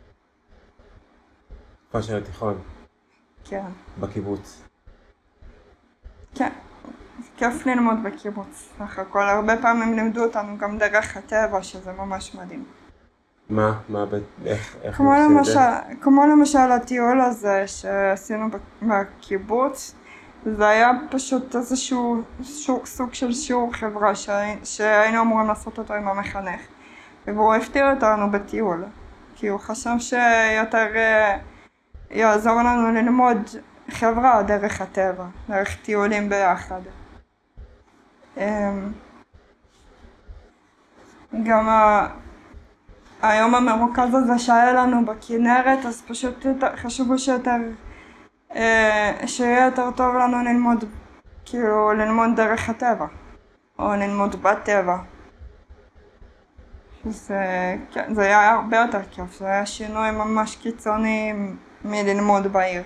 תקופה של התיכון. כן. בקיבוץ. כן. זה כיף ללמוד בקיבוץ. סך הכל, הרבה פעמים לימדו אותנו גם דרך הטבע, שזה ממש מדהים. מה? מה? איך? איך כמו עושים את למשל, זה? כמו למשל הטיול הזה שעשינו בקיבוץ, זה היה פשוט איזשהו סוג של שיעור חברה שהיינו אמורים לעשות אותו עם המחנך. והוא הפתיע אותנו בטיול, כי הוא חשב שיותר יעזור לנו ללמוד חברה דרך הטבע, דרך טיולים ביחד. גם היום המרוכז הזה שהיה לנו בכנרת, אז פשוט חשבו שיותר, שיהיה יותר טוב לנו ללמוד, כאילו ללמוד דרך הטבע, או ללמוד בטבע. זה, כן, זה היה הרבה יותר כיף, זה היה שינוי ממש קיצוני מללמוד בעיר.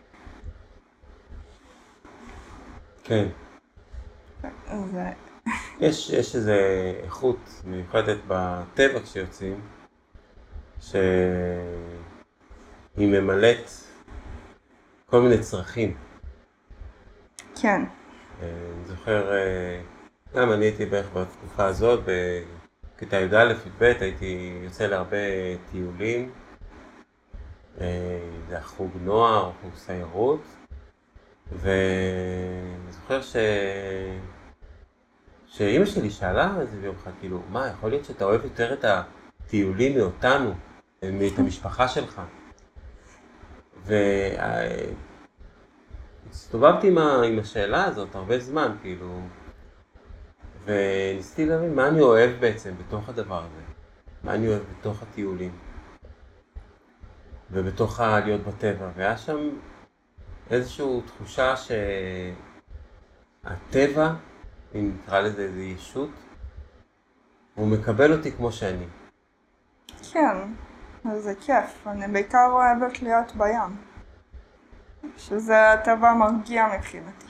כן. זה... יש, יש איזו איכות מיוחדת בטבע כשיוצאים, שהיא ממלאת כל מיני צרכים. כן. אני זוכר, גם אני הייתי בערך בתקופה הזאת, בכיתה י"א, י"ב, הייתי יוצא להרבה טיולים. זה היה חוג נוער, חוג סיירות, ואני זוכר ש... שאמא שלי שאלה איזה ביום אחד, כאילו, מה, יכול להיות שאתה אוהב יותר את הטיולים מאותנו, מאת המשפחה שלך? והסתובבתי עם, ה... עם השאלה הזאת הרבה זמן, כאילו, וניסיתי להבין מה אני אוהב בעצם בתוך הדבר הזה, מה אני אוהב בתוך הטיולים, ובתוך להיות בטבע, והיה שם איזושהי תחושה שהטבע, אם נקרא לזה איזו ישות, הוא מקבל אותי כמו שאני. כן, אז זה כיף. אני בעיקר אוהבת להיות בים, שזה הטבע מרגיע מבחינתי.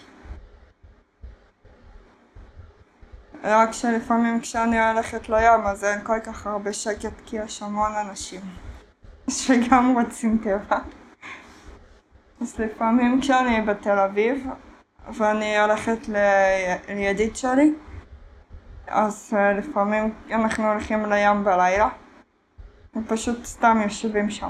רק שלפעמים כשאני הולכת לים אז אין כל כך הרבה שקט, כי יש המון אנשים שגם רוצים טבע. אז לפעמים כשאני בתל אביב ואני הולכת לידיד שלי, אז לפעמים אנחנו הולכים לים בלילה ופשוט סתם יושבים שם.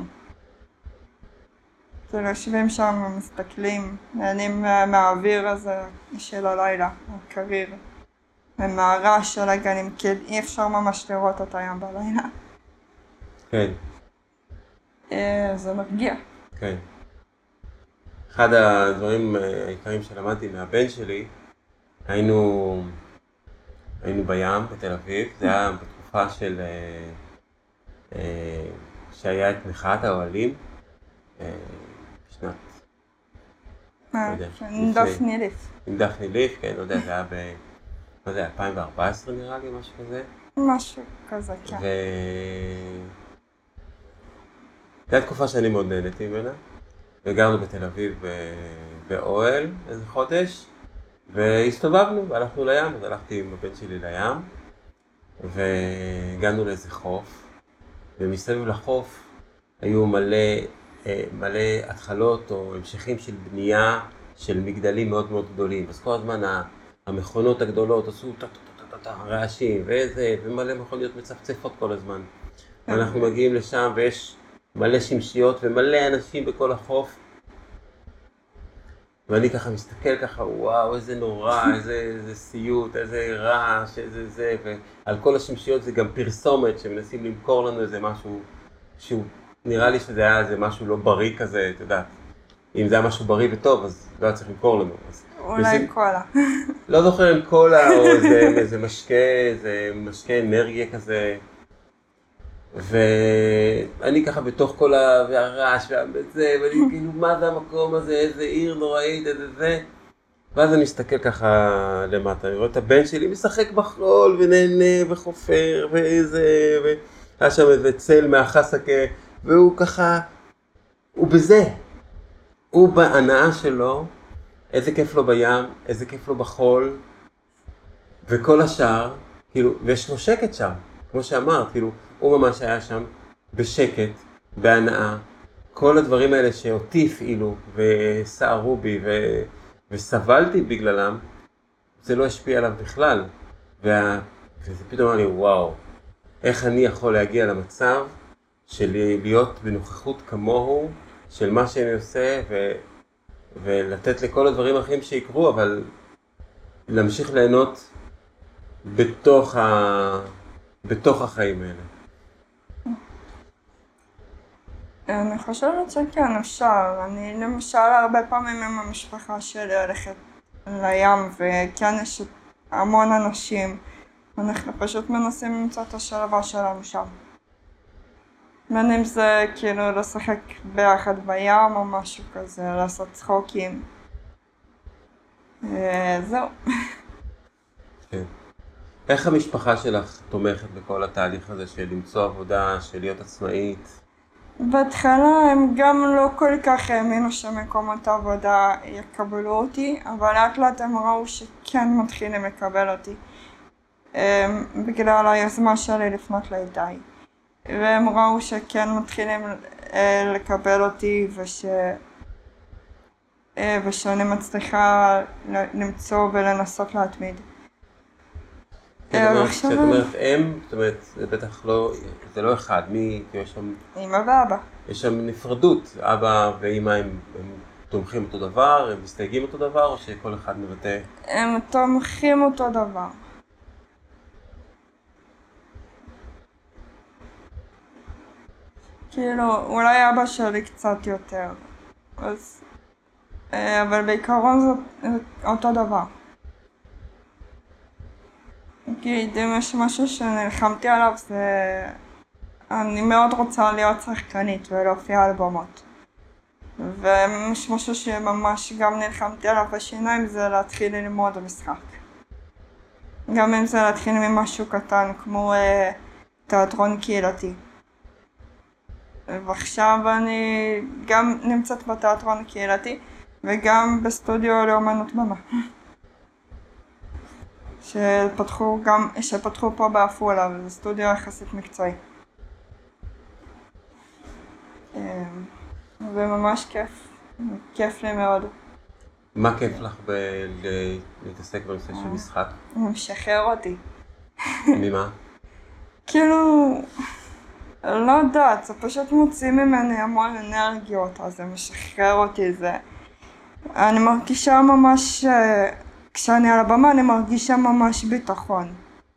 יושבים שם ומסתכלים, נהנים מהאוויר הזה של הלילה, הקריר, ומהרעש של הגנים, כי אי אפשר ממש לראות את הים בלילה. כן. זה מרגיע. כן. אחד הדברים העיקריים שלמדתי מהבן שלי, היינו, היינו בים בתל אביב, זה היה בתקופה של, שהיה את מחאת האוהלים, בשנת, לא יודע, עם דפני ליף. עם דפני ליף, כן, לא יודע, זה היה ב, לא יודע, אלפיים וארבע עשרה נראה לי, משהו כזה. משהו כזה, כן. ו... זו התקופה שאני מאוד נהניתי ממנה. וגרנו בתל אביב באוהל איזה חודש, והסתובבנו והלכנו לים, אז הלכתי עם הבן שלי לים, והגענו לאיזה חוף, ומסביב לחוף היו מלא, מלא התחלות או המשכים של בנייה של מגדלים מאוד מאוד גדולים. אז כל הזמן המכונות הגדולות עשו רעשים ואיזה, ומלא מכוניות מצפצפות כל הזמן. ואנחנו מגיעים לשם ויש מלא שמשיות ומלא אנשים בכל החוף. ואני ככה מסתכל ככה, וואו, איזה נורא, איזה, איזה סיוט, איזה רעש, איזה זה, ועל כל השמשיות זה גם פרסומת שמנסים למכור לנו איזה משהו, שהוא נראה לי שזה היה איזה משהו לא בריא כזה, את יודעת. אם זה היה משהו בריא וטוב, אז לא היה צריך למכור לנו. אולי ניסים... קולה. לא זוכר אם קולה או איזה, איזה משקה, איזה משקה אנרגיה כזה. ואני ככה בתוך כל הרעש וזה, ואני כאילו, מה זה המקום הזה, איזה עיר נוראית, איזה זה. ואז אני מסתכל ככה למטה, אני רואה את הבן שלי משחק בחול ונהנה וחופר ואיזה, והיה שם איזה צל מהחסקה, והוא ככה, הוא בזה. הוא בהנאה שלו, איזה כיף לו בים, איזה כיף לו בחול, וכל השאר, כאילו, ויש לו שקט שם, כמו שאמרת, כאילו, הוא ממש היה שם בשקט, בהנאה, כל הדברים האלה שאותי הפעילו וסערו בי ו... וסבלתי בגללם, זה לא השפיע עליו בכלל. וה... וזה פתאום אמר לי, וואו, איך אני יכול להגיע למצב של להיות בנוכחות כמוהו, של מה שאני עושה, ו... ולתת לכל הדברים האחרים שיקרו, אבל להמשיך ליהנות בתוך, ה... בתוך החיים האלה. אני חושבת שכן, אפשר. אני למשל הרבה פעמים עם המשפחה שלי הולכת לים, וכן יש המון אנשים. אנחנו פשוט מנסים למצוא את השלווה שלנו שם. בין אם זה כאילו לשחק ביחד בים או משהו כזה, לעשות צחוקים. זהו. כן. איך המשפחה שלך תומכת בכל התהליך הזה של למצוא עבודה, של להיות עצמאית? בהתחלה הם גם לא כל כך האמינו שמקומות העבודה יקבלו אותי, אבל לאט לאט הם ראו שכן מתחילים לקבל אותי. בגלל היוזמה שלי לפנות לאיתי. והם ראו שכן מתחילים לקבל אותי וש... ושאני מצליחה למצוא ולנסות להתמיד. כשאת אומרת הם, זאת אומרת, זה בטח לא, זה לא אחד, מי, יש שם... אמא ואבא. יש שם נפרדות, אבא ואמא הם, הם תומכים אותו דבר, הם מסתייגים אותו דבר, או שכל אחד מבטא? הם תומכים אותו דבר. כאילו, אולי אבא שלי קצת יותר, אז... אבל בעיקרון זה אותו דבר. נגיד, אם יש משהו שנלחמתי עליו, זה... אני מאוד רוצה להיות שחקנית ולהופיע על במות. ויש משהו שממש גם נלחמתי עליו בשיניים, זה להתחיל ללמוד משחק. גם אם זה להתחיל ממשהו קטן, כמו אה, תיאטרון קהילתי. ועכשיו אני גם נמצאת בתיאטרון קהילתי, וגם בסטודיו לאומנות במה. שפתחו גם, שפתחו פה בעפולה, וזה סטודיו יחסית מקצועי. וממש כיף, כיף לי מאוד. מה כיף לך ב- ל- להתעסק בנושא של משחק? הוא משחרר אותי. ממה? כאילו, לא יודעת, זה פשוט מוציא ממני המון אנרגיות, אז זה משחרר אותי, זה... אני מרגישה ממש, כשאני על הבמה אני מרגישה ממש ביטחון.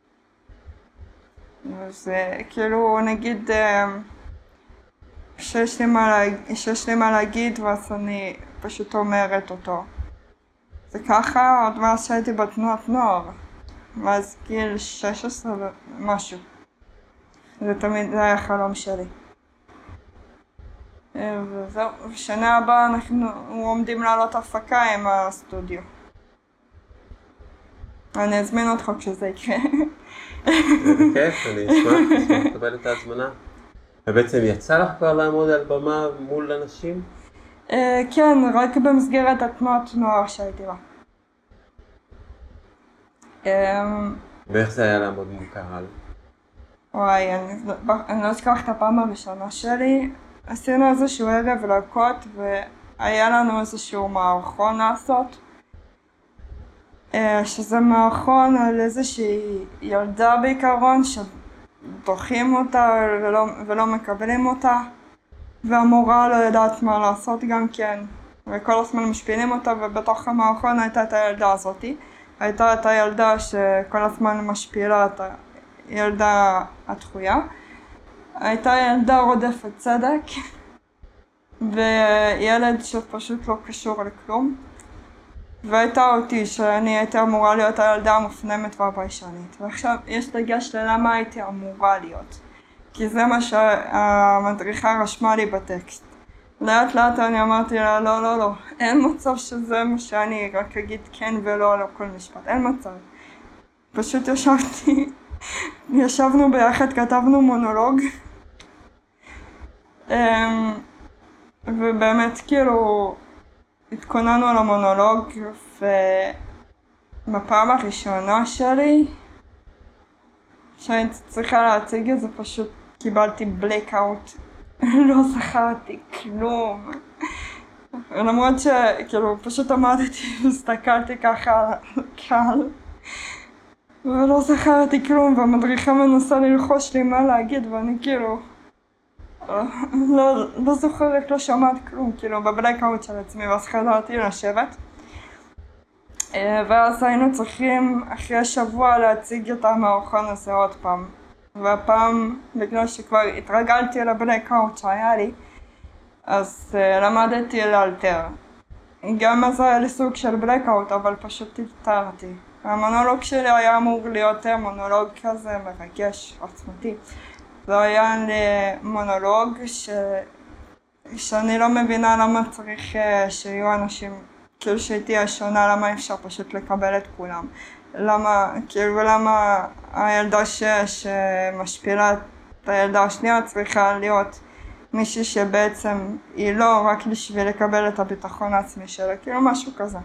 זה כאילו, נגיד, שיש לי מה, לה... שיש לי מה להגיד ואז אני פשוט אומרת אותו. זה ככה עוד מאז שהייתי בתנועת נוער, מאז גיל שש עשרה ומשהו. זה תמיד, זה היה חלום שלי. וזהו, בשנה הבאה אנחנו עומדים לעלות הפקה עם הסטודיו. אני אזמין אותך כשזה יקרה. זה כיף, אני אשמח, אשמח לקבל את ההזמנה. ובעצם יצא לך כבר לעמוד על במה מול אנשים? כן, רק במסגרת התנועת נוער שהייתי בה. ואיך זה היה לעמוד מול קהל? וואי, אני לא אשכח את הפעם הראשונה שלי. עשינו איזשהו ערב להקות והיה לנו איזשהו מערכון לעשות. שזה מערכון על איזושהי ילדה בעיקרון שדוחים אותה ולא, ולא מקבלים אותה, והמורה לא יודעת מה לעשות גם כן, וכל הזמן משפילים אותה, ובתוך המערכון הייתה את הילדה הזאתי. הייתה את הילדה שכל הזמן משפילה את הילדה הדחויה. הייתה ילדה רודפת צדק, וילד שפשוט לא קשור לכלום. והייתה אותי שאני הייתי אמורה להיות הילדה המופנמת והביישנית. ועכשיו יש דגש ללמה הייתי אמורה להיות. כי זה מה שהמדריכה רשמה לי בטקסט. לאט לאט אני אמרתי לה, לא, לא, לא, אין מצב שזה מה שאני רק אגיד כן ולא על כל משפט, אין מצב. פשוט ישבתי, ישבנו ביחד, כתבנו מונולוג. ובאמת כאילו התכוננו על המונולוג, ובפעם הראשונה שלי שהייתי צריכה להציג את זה פשוט קיבלתי בלקאוט. לא זכרתי כלום. למרות שכאילו פשוט עמדתי והסתכלתי ככה על הקהל ולא זכרתי כלום, והמדריכה מנסה ללחוש לי מה להגיד ואני כאילו לא, לא זוכרת, לא שמעת כלום, כאילו בבלקאוט של עצמי, ואז חזרתי לשבת. ואז היינו צריכים אחרי שבוע להציג את המערכון הזה עוד פעם. והפעם, בגלל שכבר התרגלתי לבלקאוט שהיה לי, אז uh, למדתי לאלתר. גם אז היה לי סוג של בלקאוט, אבל פשוט התארתי. המונולוג שלי היה אמור להיות מונולוג כזה מרגש, עוצמתי. זה היה מונולוג ש... שאני לא מבינה למה צריך uh, שיהיו אנשים, כאילו שהייתי השונה, למה אפשר פשוט לקבל את כולם. למה, כאילו, למה הילדה ש... שמשפילה את הילדה השנייה צריכה להיות מישהי שבעצם היא לא רק בשביל לקבל את הביטחון העצמי שלה, כאילו משהו כזה.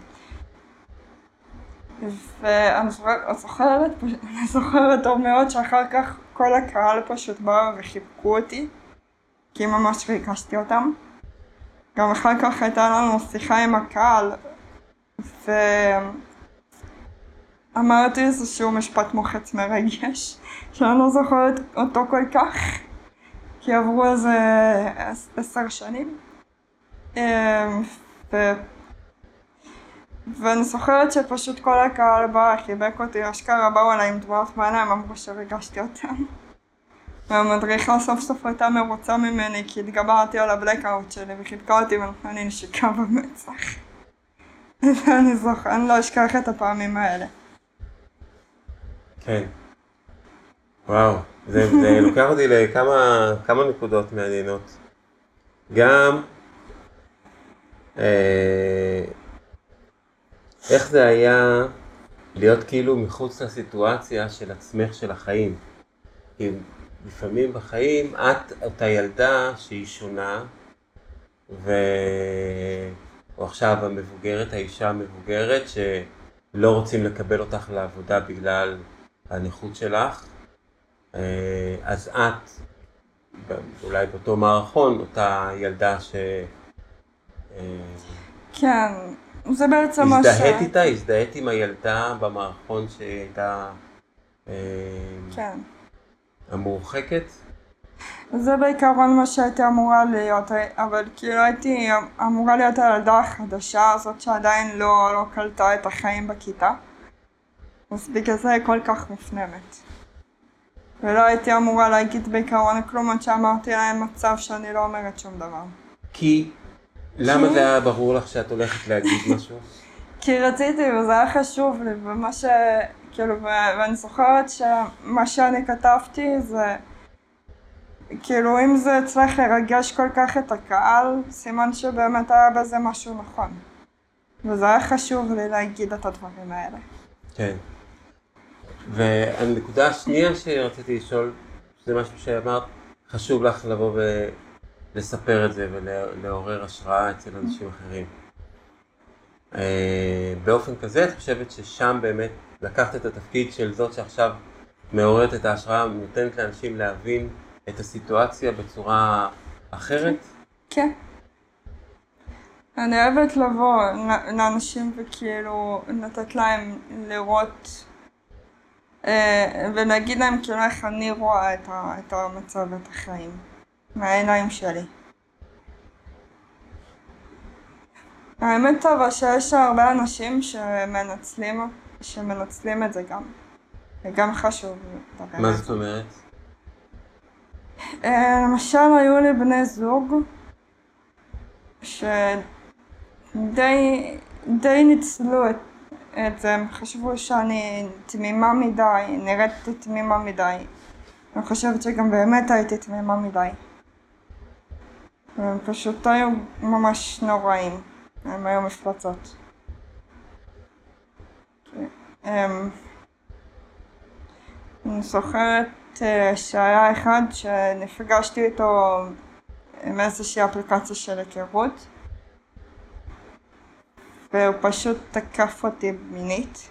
ואני זוכרת, אני זוכרת טוב מאוד שאחר כך כל הקהל פשוט בא וחיבקו אותי, כי ממש ריגשתי אותם. גם אחר כך הייתה לנו שיחה עם הקהל, ו... אמרתי איזשהו משפט מוחץ מרגש, שאני לא זוכרת אותו כל כך, כי עברו איזה עשר שנים. ו... ואני זוכרת שפשוט כל הקהל בא, חיבק אותי, אשכרה באו עליי עם דמעות בעיניים, אמרו שריגשתי אותם. והמדריכה סוף סוף הייתה מרוצה ממני, כי התגברתי על הבלקאוט שלי וחיבקה אותי ונתנה לי נשיקה במצח. ואני זוכרת, אני לא אשכח את הפעמים האלה. כן. וואו, זה, זה לוקח אותי לכמה כמה נקודות מעניינות. גם אה, איך זה היה להיות כאילו מחוץ לסיטואציה של עצמך של החיים. כי לפעמים בחיים את אותה ילדה שהיא שונה, ו... או עכשיו המבוגרת, האישה המבוגרת שלא רוצים לקבל אותך לעבודה בגלל הנכות שלך, אז את, אולי באותו מערכון, אותה ילדה ש... כן, זה בעצם מה ש... הזדהית איתה, הזדהית עם הילדה במערכון שהייתה כן. המורחקת? זה בעיקרון מה שהייתי אמורה להיות, אבל כאילו הייתי אמורה להיות הילדה החדשה הזאת שעדיין לא, לא קלטה את החיים בכיתה. אז בגלל זה היא כל כך מופנמת. ולא הייתי אמורה להגיד בעיקרון כלום עד שאמרתי להם מצב שאני לא אומרת שום דבר. כי? למה זה היה ברור לך שאת הולכת להגיד משהו? כי רציתי וזה היה חשוב לי, ומה ש... כאילו, ואני זוכרת שמה שאני כתבתי זה... כאילו, אם זה הצליח לרגש כל כך את הקהל, סימן שבאמת היה בזה משהו נכון. וזה היה חשוב לי להגיד את הדברים האלה. כן. והנקודה השנייה שרציתי לשאול, זה משהו שאמרת, חשוב לך לבוא ולספר את זה ולעורר השראה אצל אנשים אחרים. באופן כזה, את חושבת ששם באמת לקחת את התפקיד של זאת שעכשיו מעוררת את ההשראה, נותנת לאנשים להבין את הסיטואציה בצורה אחרת? כן. אני אוהבת לבוא לאנשים וכאילו לתת להם לראות ולהגיד להם כאילו איך אני רואה את המצב ואת החיים מהעיניים שלי. האמת אבל שיש הרבה אנשים שמנצלים, שמנצלים את זה גם. זה גם חשוב. מה זאת אומרת? למשל היו לי בני זוג שדי די ניצלו את, את זה, הם חשבו שאני תמימה מדי, נראית תמימה מדי. אני חושבת שגם באמת הייתי תמימה מדי. והם פשוט היו ממש נוראים, הם היו מפלצות. הם... אני זוכרת שהיה אחד שנפגשתי איתו עם איזושהי אפליקציה של היכרות, והוא פשוט תקף אותי מינית.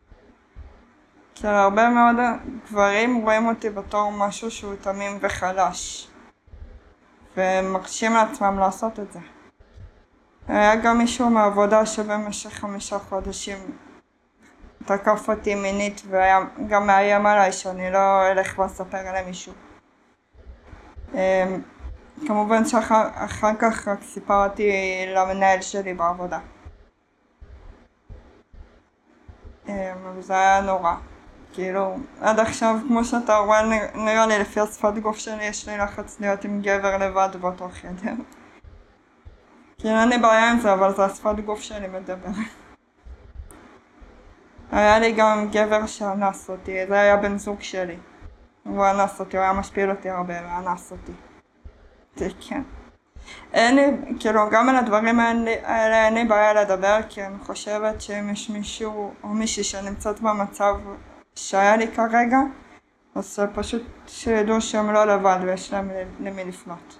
כי הרבה מאוד גברים רואים אותי בתור משהו שהוא תמים וחלש, ומרשים לעצמם לעשות את זה. היה גם מישהו מהעבודה שבמשך חמישה חודשים תקף אותי מינית, והיה גם מאיים עליי שאני לא אלך ואספר למישהו. כמובן שאחר כך רק סיפרתי למנהל שלי בעבודה. וזה היה נורא. כאילו, עד עכשיו, כמו שאתה רואה, נראה לי לפי השפת גוף שלי, יש לי לחץ להיות עם גבר לבד באותו חדר. כאילו, אין לי בעיה עם זה, אבל זה השפת גוף שלי מדבר. היה לי גם גבר שאנס אותי, זה היה בן זוג שלי. הוא אנס אותי, הוא היה משפיל אותי הרבה, ואנס אותי. זה כן. אין לי, כאילו, גם על הדברים האלה אין לי בעיה לדבר, כי אני חושבת שאם יש מישהו או מישהי שנמצאת במצב שהיה לי כרגע, אז פשוט שידעו שהם לא לבד ויש להם למי לפנות.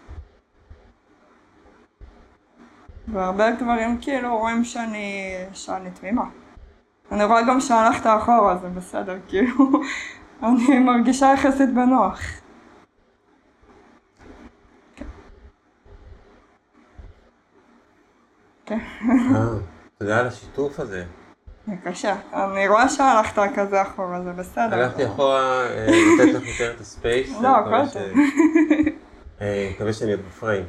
והרבה גברים כאילו רואים שאני, שאני תמימה. אני רואה גם שהלכת אחורה, זה בסדר, כאילו, אני מרגישה יחסית בנוח. כן. תודה על השיתוף הזה. בבקשה, אני רואה שהלכת כזה אחורה, זה בסדר. הלכתי אחורה, לתת לך יותר את הספייס. לא, הכל טוב. אני מקווה שאני עוד בפריים.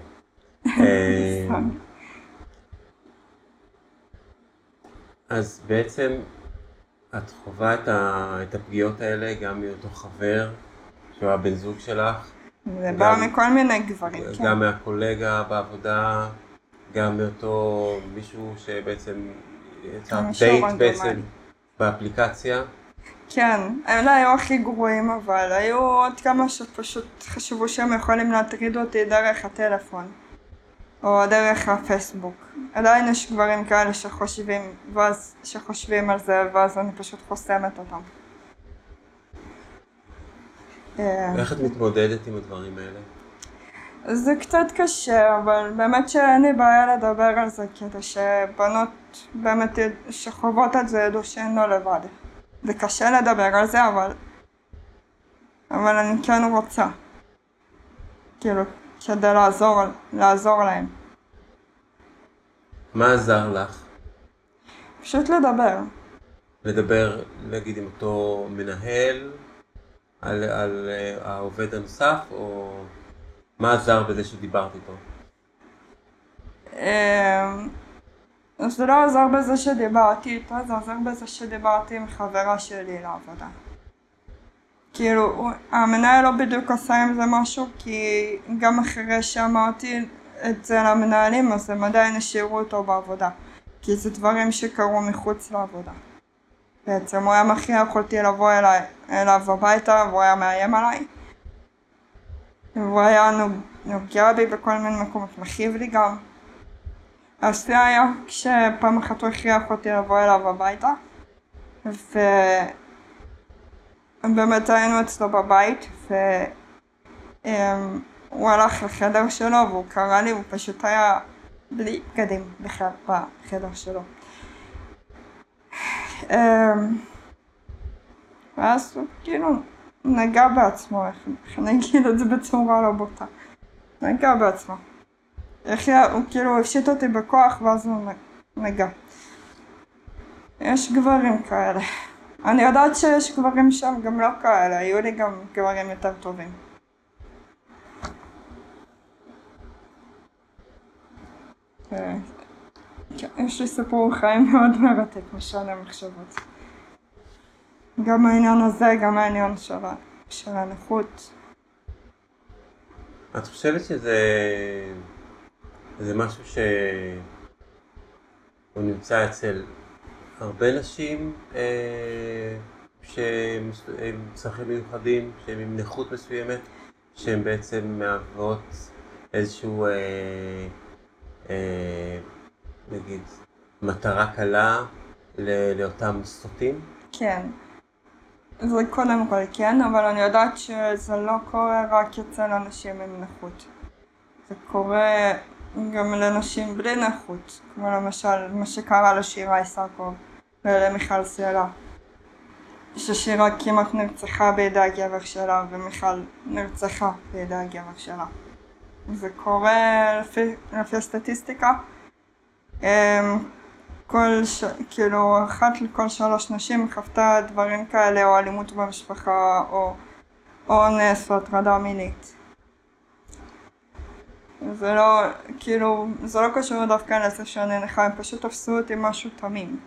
אז בעצם את חווה את הפגיעות האלה גם מאותו חבר, שהוא הבן זוג שלך. זה בא מכל מיני גברים, כן. גם מהקולגה בעבודה, גם מאותו מישהו שבעצם יצא דייט בעצם באפליקציה. כן, אלה היו הכי גרועים, אבל היו עוד כמה שפשוט חשבו שהם יכולים להטריד אותי דרך הטלפון או דרך הפייסבוק. עדיין יש גברים כאלה שחושבים, ואז שחושבים על זה, ואז אני פשוט חוסמת אותם. איך את מתמודדת עם הדברים האלה? זה קצת קשה, אבל באמת שאין לי בעיה לדבר על זה, כדי שבנות באמת שחוות את זה ידעו שהן לא לבד. זה קשה לדבר על זה, אבל אבל אני כן רוצה, כאילו, כדי לעזור, לעזור להם. מה עזר לך? פשוט לדבר. לדבר, נגיד, עם אותו מנהל, על, על uh, העובד הנוסף, או מה עזר בזה שדיברת איתו? אז זה לא עזר בזה שדיברתי איתו, זה עזר בזה שדיברתי עם חברה שלי לעבודה. כאילו, המנהל לא בדיוק עשה עם זה משהו, כי גם אחרי שאמרתי את זה למנהלים, אז הם עדיין השאירו אותו בעבודה. כי זה דברים שקרו מחוץ לעבודה. בעצם הוא היה מכריח אותי לבוא אליי, אליו הביתה, והוא היה מאיים עליי. והוא היה נוגע בי בכל מיני מקומות, מכאיב לי גם. אז זה היה כשפעם אחת הוא הכריח אותי לבוא אליו הביתה. ובאמת היינו אצלו בבית, והוא הלך לחדר שלו והוא קרא לי, הוא פשוט היה בלי בגדים בכלל בחדר שלו. ואז הוא כאילו נגע בעצמו, איך אני אגיד את זה בצורה לא בוטה. נגע בעצמו. הוא כאילו הפשיט אותי בכוח ואז הוא נגע. יש גברים כאלה. אני יודעת שיש גברים שם גם לא כאלה, היו לי גם גברים יותר טובים. יש לי סיפור חיים מאוד מרתק, משנה מחשבות. גם העניין הזה, גם העניין של הנכות. את חושבת שזה זה משהו שהוא נמצא אצל הרבה נשים אה, שהם צרכים מיוחדים, שהם עם נכות מסוימת, שהן בעצם מהוות איזשהו, אה, אה, נגיד, מטרה קלה ל- לאותם סוטים. כן. זה קודם כל כן, אבל אני יודעת שזה לא קורה רק אצל אנשים עם נכות. זה קורה גם לנשים בלי נכות, כמו למשל מה שקרה לשירה איסקוב ולמיכל סלע. ששירה כמעט נרצחה בידי הגבר שלה ומיכל נרצחה בידי הגבר שלה. זה קורה לפי, לפי הסטטיסטיקה. כל ש... כאילו אחת לכל שלוש נשים חוותה דברים כאלה או אלימות במשפחה או אונס או הטרדה מינית. זה לא, כאילו, זה לא קשור דווקא לזה שאני נכה, הם פשוט תפסו אותי משהו תמים.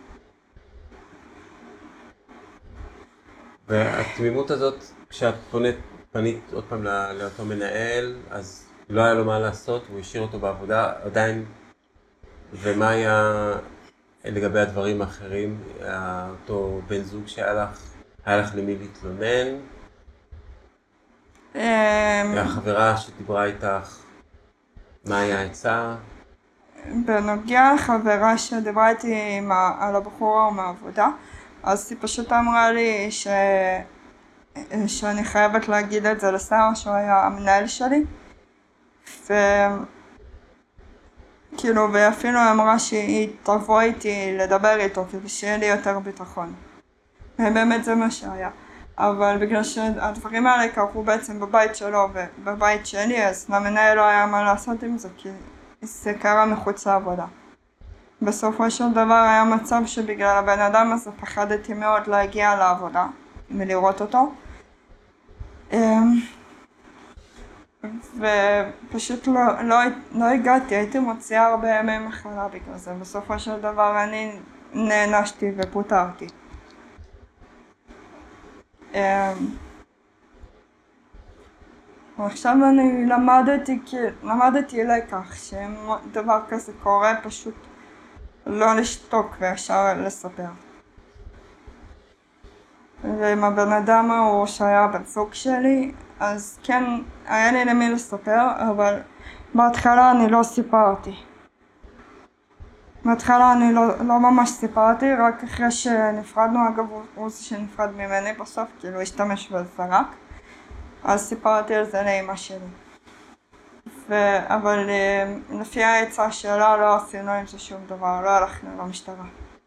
והתמימות הזאת, כשאת פונית, פנית עוד פעם לא, לאותו מנהל, אז לא היה לו מה לעשות, הוא השאיר אותו בעבודה עדיין. ומה היה לגבי הדברים האחרים? אותו בן זוג שהיה לך, היה לך למי להתלונן? החברה שדיברה איתך, מה היה העצה? בנוגע לחברה שדיברה איתי על הבחורה מהעבודה, אז היא פשוט אמרה לי ש... שאני חייבת להגיד את זה לשר שהוא היה המנהל שלי, ו... כאילו, ואפילו אמרה שהיא תבוא איתי לדבר איתו כדי שיהיה לי יותר ביטחון. ובאמת זה מה שהיה. אבל בגלל שהדברים האלה קרו בעצם בבית שלו ובבית שלי, אז למנהל לא היה מה לעשות עם זה, כי זה קרה מחוץ לעבודה. בסופו של דבר היה מצב שבגלל הבן אדם הזה פחדתי מאוד להגיע לעבודה ולראות אותו. ופשוט לא, לא, לא הגעתי, הייתי מוציאה הרבה ימי מחלה בגלל זה. בסופו של דבר אני נענשתי ופוטרתי. ועכשיו אני למדתי, למדתי לקח שדבר כזה קורה פשוט לא לשתוק וישר לספר. ועם הבן אדם ההוא שהיה בן זוג שלי, אז כן, היה לי למי לספר, אבל בהתחלה אני לא סיפרתי. בהתחלה אני לא, לא ממש סיפרתי, רק אחרי שנפרדנו, אגב הוא זה שנפרד ממני בסוף, כאילו השתמש וזרק, אז סיפרתי על זה לאמא שלי. ו... אבל לפי העצה שלה לא עשינו עם זה שום דבר, לא הלכנו למשטרה.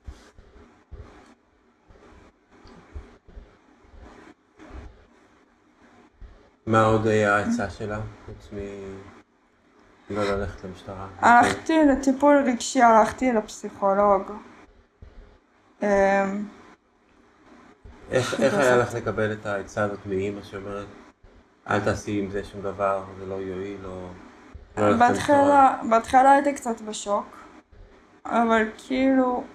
מה עוד היה העצה שלה, חוץ מ... לא ללכת למשטרה? הלכתי לטיפול רגשי, הלכתי לפסיכולוג. איך היה לך לקבל את העצה הזאת מאמא שאומרת, אל תעשי עם זה שום דבר, זה לא יועיל, לא... בהתחלה הייתי קצת בשוק, אבל כאילו...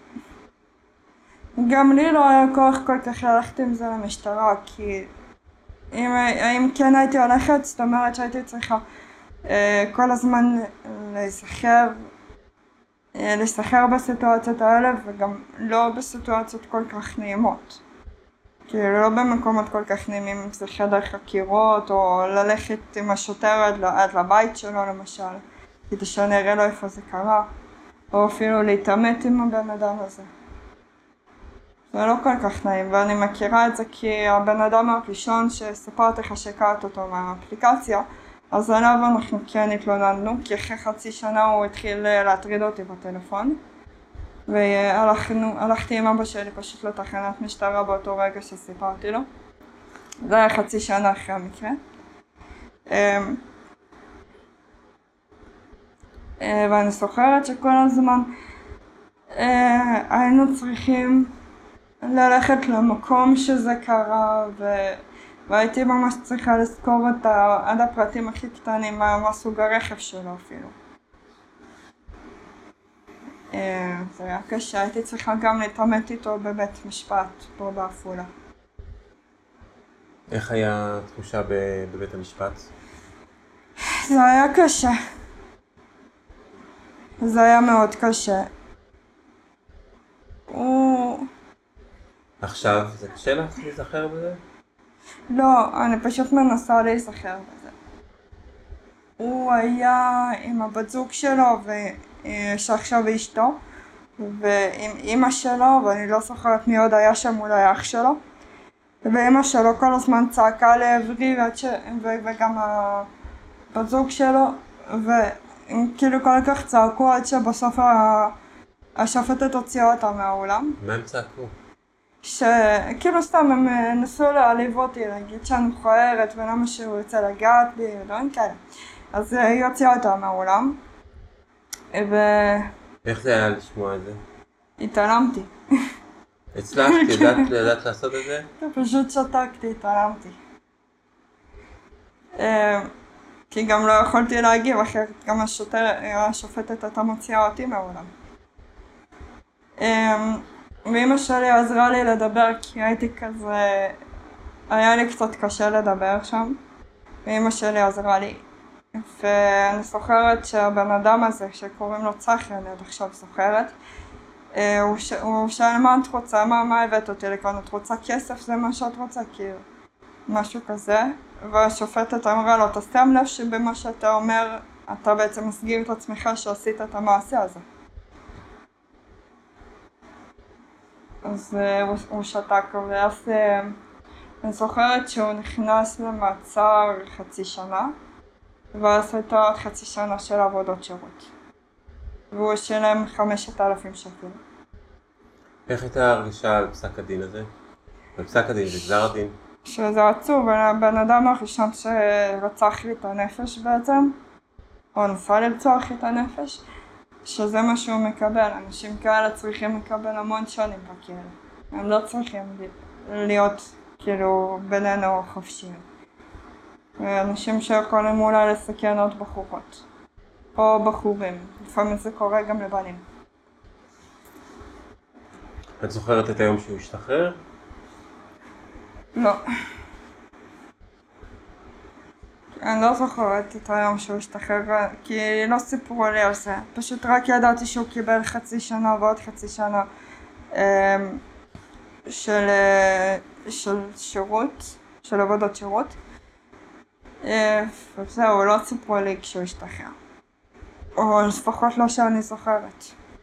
גם לי לא היה כוח כל כך ללכת עם זה למשטרה, כי... אם כן הייתי הולכת, זאת אומרת שהייתי צריכה כל הזמן להיזכר, להיזכר בסיטואציות האלה וגם לא בסיטואציות כל כך נעימות. כאילו לא במקומות כל כך נעימים, אם זה חדר חקירות או ללכת עם השוטר עד, עד לבית שלו למשל, כדי שאני אראה לו איפה זה קרה, או אפילו להתעמת עם הבן אדם הזה. זה לא כל כך נעים, ואני מכירה את זה כי הבן אדם הראשון שסיפרתי לך שהכרת אותו מהאפליקציה, אז עליו אנחנו כן התלוננו, כי אחרי חצי שנה הוא התחיל להטריד אותי בטלפון, והלכתי עם אבא שלי פשוט לתחנת משטרה באותו רגע שסיפרתי לו. זה היה חצי שנה אחרי המקרה. ואני זוכרת שכל הזמן היינו צריכים ללכת למקום שזה קרה, ו... והייתי ממש צריכה לזכור את ה... עד הפרטים הכי קטנים, מה, מה סוג הרכב שלו אפילו. זה היה קשה, הייתי צריכה גם להתעמת איתו בבית משפט פה בעפולה. איך היה תחושה בבית המשפט? זה היה קשה. זה היה מאוד קשה. הוא... עכשיו זה קשה לך להיזכר בזה? לא, אני פשוט מנסה להיזכר בזה. הוא היה עם הבת זוג שלו, ושעכשיו אשתו, ועם אמא שלו, ואני לא זוכרת מי עוד היה שם, אולי אח שלו. ואמא שלו כל הזמן צעקה לעברי, ש... ו... וגם הבת זוג שלו, והם כאילו כל כך צעקו עד שבסוף ה... השופטת הוציאה אותה מהאולם. מה הם צעקו? שכאילו סתם הם נסו להעליב אותי, להגיד שאני מכוערת ולמה שהוא יוצא לגעת בי ודברים כאלה. אז היא הוציאה אותה מהאולם, ו... איך זה היה לשמוע את זה? התעלמתי. הצלחת? ידעת, ידעת לעשות את זה? פשוט שתקתי, התעלמתי. כי גם לא יכולתי להגיב, אחרת גם השוטר, השופטת הייתה מוציאה אותי מהאולם. ואמא שלי עזרה לי לדבר, כי הייתי כזה... היה לי קצת קשה לדבר שם, ואמא שלי עזרה לי. ואני זוכרת שהבן אדם הזה, שקוראים לו צחי, אני עד עכשיו זוכרת, הוא, ש... הוא שאל מה את רוצה, מה, מה הבאת אותי לכאן, את רוצה כסף, זה מה שאת רוצה, כאילו, משהו כזה. והשופטת אמרה לו, אתה שם לב שבמה שאתה אומר, אתה בעצם מסגיר את עצמך שעשית את המעשה הזה. אז הוא, הוא שתק, ואז אני זוכרת שהוא נכנס למעצר חצי שנה, ואז הייתה עוד חצי שנה של עבודות שירות. והוא שילם חמשת אלפים שקל. איך הייתה הרגישה על פסק הדין הזה? על פסק הדין וגזר הדין? שזה עצוב, הבן אדם הראשון שרצח לי את הנפש בעצם, או ניסה לרצוח לי את הנפש, שזה מה שהוא מקבל. אנשים כאלה צריכים לקבל המון שנים בכלא. הם לא צריכים להיות כאילו בינינו חופשיים. אנשים שיכולים אולי לסכן עוד בחורות. או בחורים, לפעמים זה קורה גם לבנים. את זוכרת את היום שהוא השתחרר? לא. אני לא זוכרת את היום שהוא השתחרר, כי לא סיפרו לי על זה. פשוט רק ידעתי שהוא קיבל חצי שנה ועוד חצי שנה של, של שירות, של עבודות שירות. וזהו, לא סיפרו לי כשהוא השתחרר. או לפחות לא שאני זוכרת.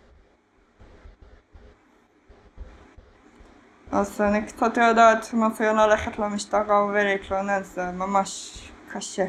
אז אני קצת יודעת מה צריך ללכת למשטרה ולהתלונן, זה ממש קשה.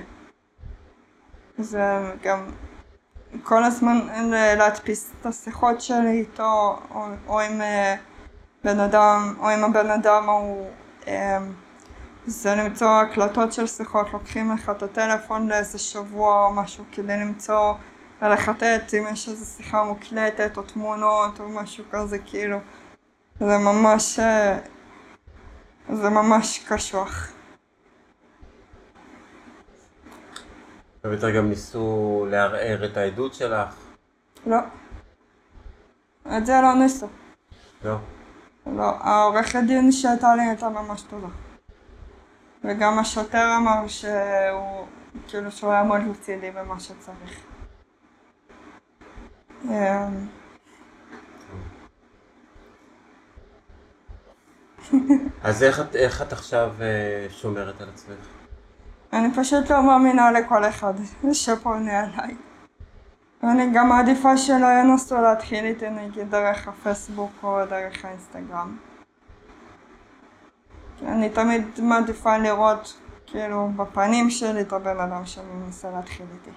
זה גם כל הזמן להדפיס את השיחות שלי איתו, או, או עם בן אדם, או עם הבן אדם, או זה למצוא הקלטות של שיחות, לוקחים לך את הטלפון לאיזה שבוע או משהו כדי למצוא ולחטט אם יש איזו שיחה מוקלטת או תמונות או משהו כזה, כאילו זה ממש, זה ממש קשוח. ובטח גם ניסו לערער את העדות שלך? לא. את זה לא ניסו. לא? לא. העורכת דין שהייתה לי הייתה ממש טובה. וגם השוטר אמר שהוא, כאילו שהוא היה מאוד לצידי במה שצריך. אז איך את, איך את עכשיו שומרת על עצמך? אני פשוט לא מאמינה לכל אחד שפונה אליי. ואני גם מעדיפה שלא ינסו להתחיל איתי נגיד דרך הפייסבוק או דרך האינסטגרם. אני תמיד מעדיפה לראות כאילו בפנים שלי את הבן אדם שמנסה להתחיל איתי.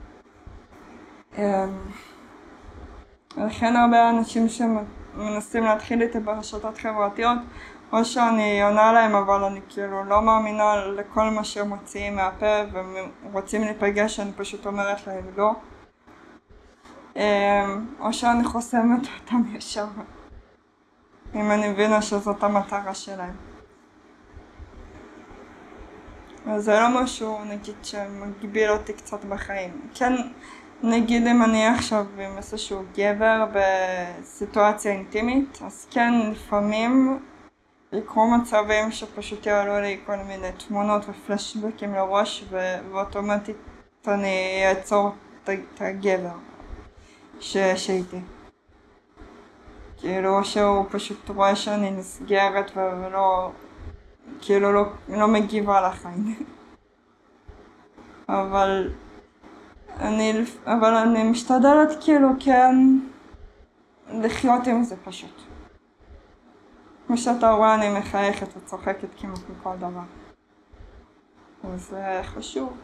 לכן הרבה אנשים שמנסים להתחיל איתי ברשתות חברתיות, או שאני עונה להם אבל אני כאילו לא מאמינה לכל מה שהם מוציאים מהפה והם רוצים להיפגש, אני פשוט אומרת להם לא. או שאני חוסמת אותם ישר, אם אני מבינה שזאת המטרה שלהם. אז זה לא משהו נגיד שמגביל אותי קצת בחיים. כן, נגיד אם אני עכשיו עם איזשהו גבר בסיטואציה אינטימית, אז כן לפעמים יקרו מצבים שפשוט יעלו לי כל מיני תמונות ופלשבקים לראש ואוטומטית אני אעצור את הגבר. שיש איתי. כאילו שהוא פשוט רואה שאני נסגרת ולא, כאילו לא, לא מגיבה לחיים. אבל אני, אבל אני משתדלת כאילו כן לחיות עם זה פשוט. כמו שאתה רואה אני מחייכת וצוחקת כמעט מכל דבר. וזה חשוב.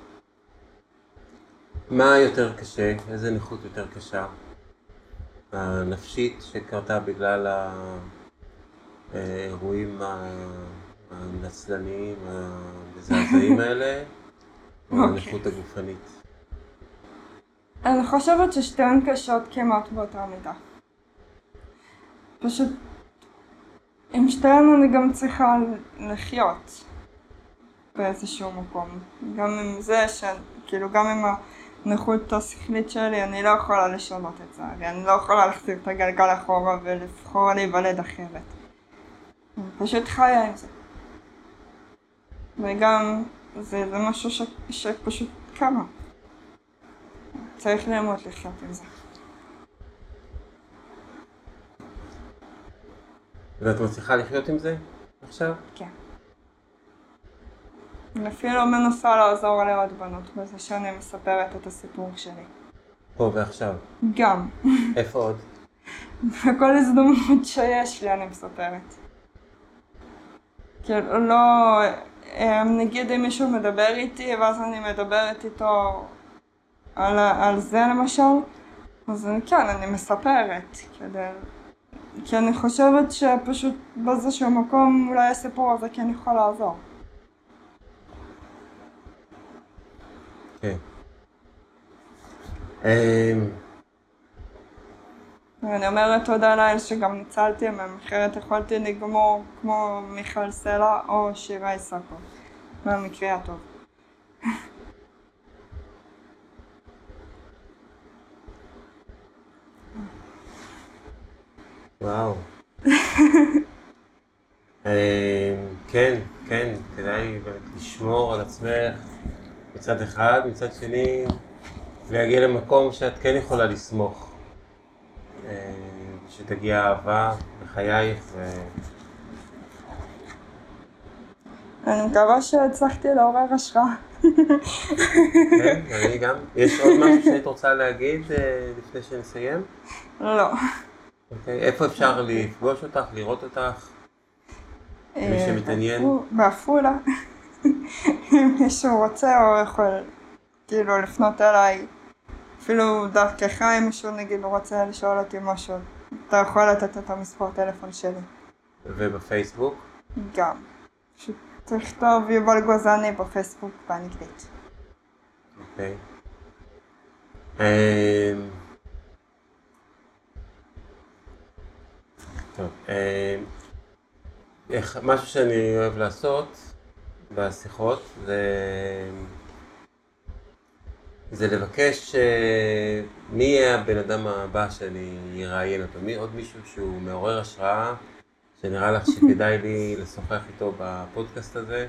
מה יותר קשה? איזה נכות יותר קשה? הנפשית שקרתה בגלל האירועים הנצלניים, המזעזעים האלה, או הנכות הגופנית? אני חושבת ששתיהן קשות כמעט באותה מידה. פשוט עם שתיהן אני גם צריכה לחיות באיזשהו מקום. גם עם זה, כאילו גם עם הנכות השכלית שלי, אני לא יכולה לשנות את זה. אני לא יכולה להחזיר את הגלגל אחורה ולבחור להיוולד אחרת. אני פשוט חיה עם זה. וגם זה, זה משהו ש, שפשוט קרה. צריך ללמוד לחיות עם זה. ואת מצליחה לחיות עם זה עכשיו? כן. אני אפילו מנסה לעזור לעוד בנות בזה שאני מספרת את הסיפור שלי. פה ועכשיו? גם. איפה עוד? בכל הזדמנות שיש לי אני מספרת. כאילו לא, נגיד אם מישהו מדבר איתי ואז אני מדברת איתו על, על זה למשל, אז אני, כן, אני מספרת, כדי, כי אני חושבת שפשוט באיזשהו מקום אולי הסיפור הזה כן יכול לעזור. כן. ואני אומרת תודה לאל שגם ניצלתי מהם, אחרת יכולתי לגמור כמו מיכל סלע או שירה איסקוב, במקרה הטוב. וואו. כן, כן, כדאי לשמור על עצמך מצד אחד, מצד שני להגיע למקום שאת כן יכולה לסמוך, שתגיע אהבה לחייך ו... אני מקווה שהצלחתי לעורר השראה. כן, אני גם. יש עוד משהו שהיית רוצה להגיד לפני שנסיים? לא. אוקיי, איפה אפשר לפגוש אותך, לראות אותך? מי שמתעניין? בעפולה. אם מישהו רוצה או יכול כאילו לפנות אליי, אפילו דרכך אם מישהו נגיד רוצה לשאול אותי משהו, אתה יכול לתת את המספר טלפון שלי. ובפייסבוק? גם. פשוט תכתוב יובל גוזני בפייסבוק באנגלית. אוקיי. טוב, משהו שאני אוהב לעשות בשיחות זה, זה לבקש מי יהיה הבן אדם הבא שאני אראיין אותו, מי עוד מישהו שהוא מעורר השראה שנראה לך שכדאי לי לשוחח איתו בפודקאסט הזה?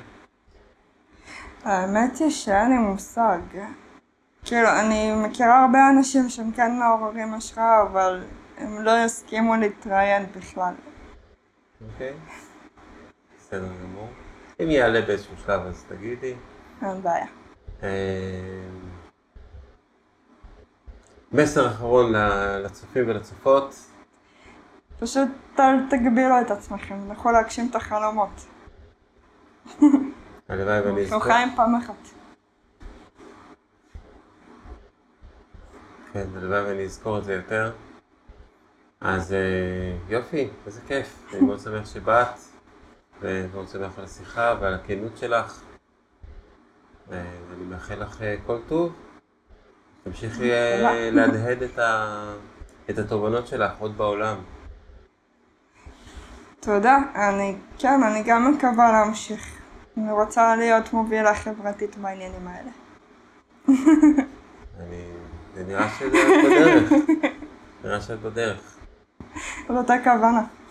האמת היא שאין לי מושג. כאילו, אני מכירה הרבה אנשים שהם כן מעוררים השראה, אבל הם לא יסכימו להתראיין בכלל. אוקיי. בסדר גמור. אם יעלה באיזשהו שלב אז תגידי. אין בעיה. מסר אחרון לצופים ולצופות. פשוט תגבילו את עצמכם, לכו להגשים את החלומות. הלוואי ואני אזכור. אנחנו חיים פעם אחת. כן, הלוואי ואני אזכור את זה יותר. אז יופי, איזה כיף. אני מאוד שמח שבאת, ומאוד שמח על השיחה ועל הכנות שלך. ואני מאחל לך כל טוב. תמשיכי להדהד את התובנות שלך עוד בעולם. תודה, אני, כן, אני גם מקווה להמשיך. אני רוצה להיות מובילה חברתית בעניינים האלה. אני, זה נראה שאת בדרך. נראה שאת בדרך. זאת הכוונה.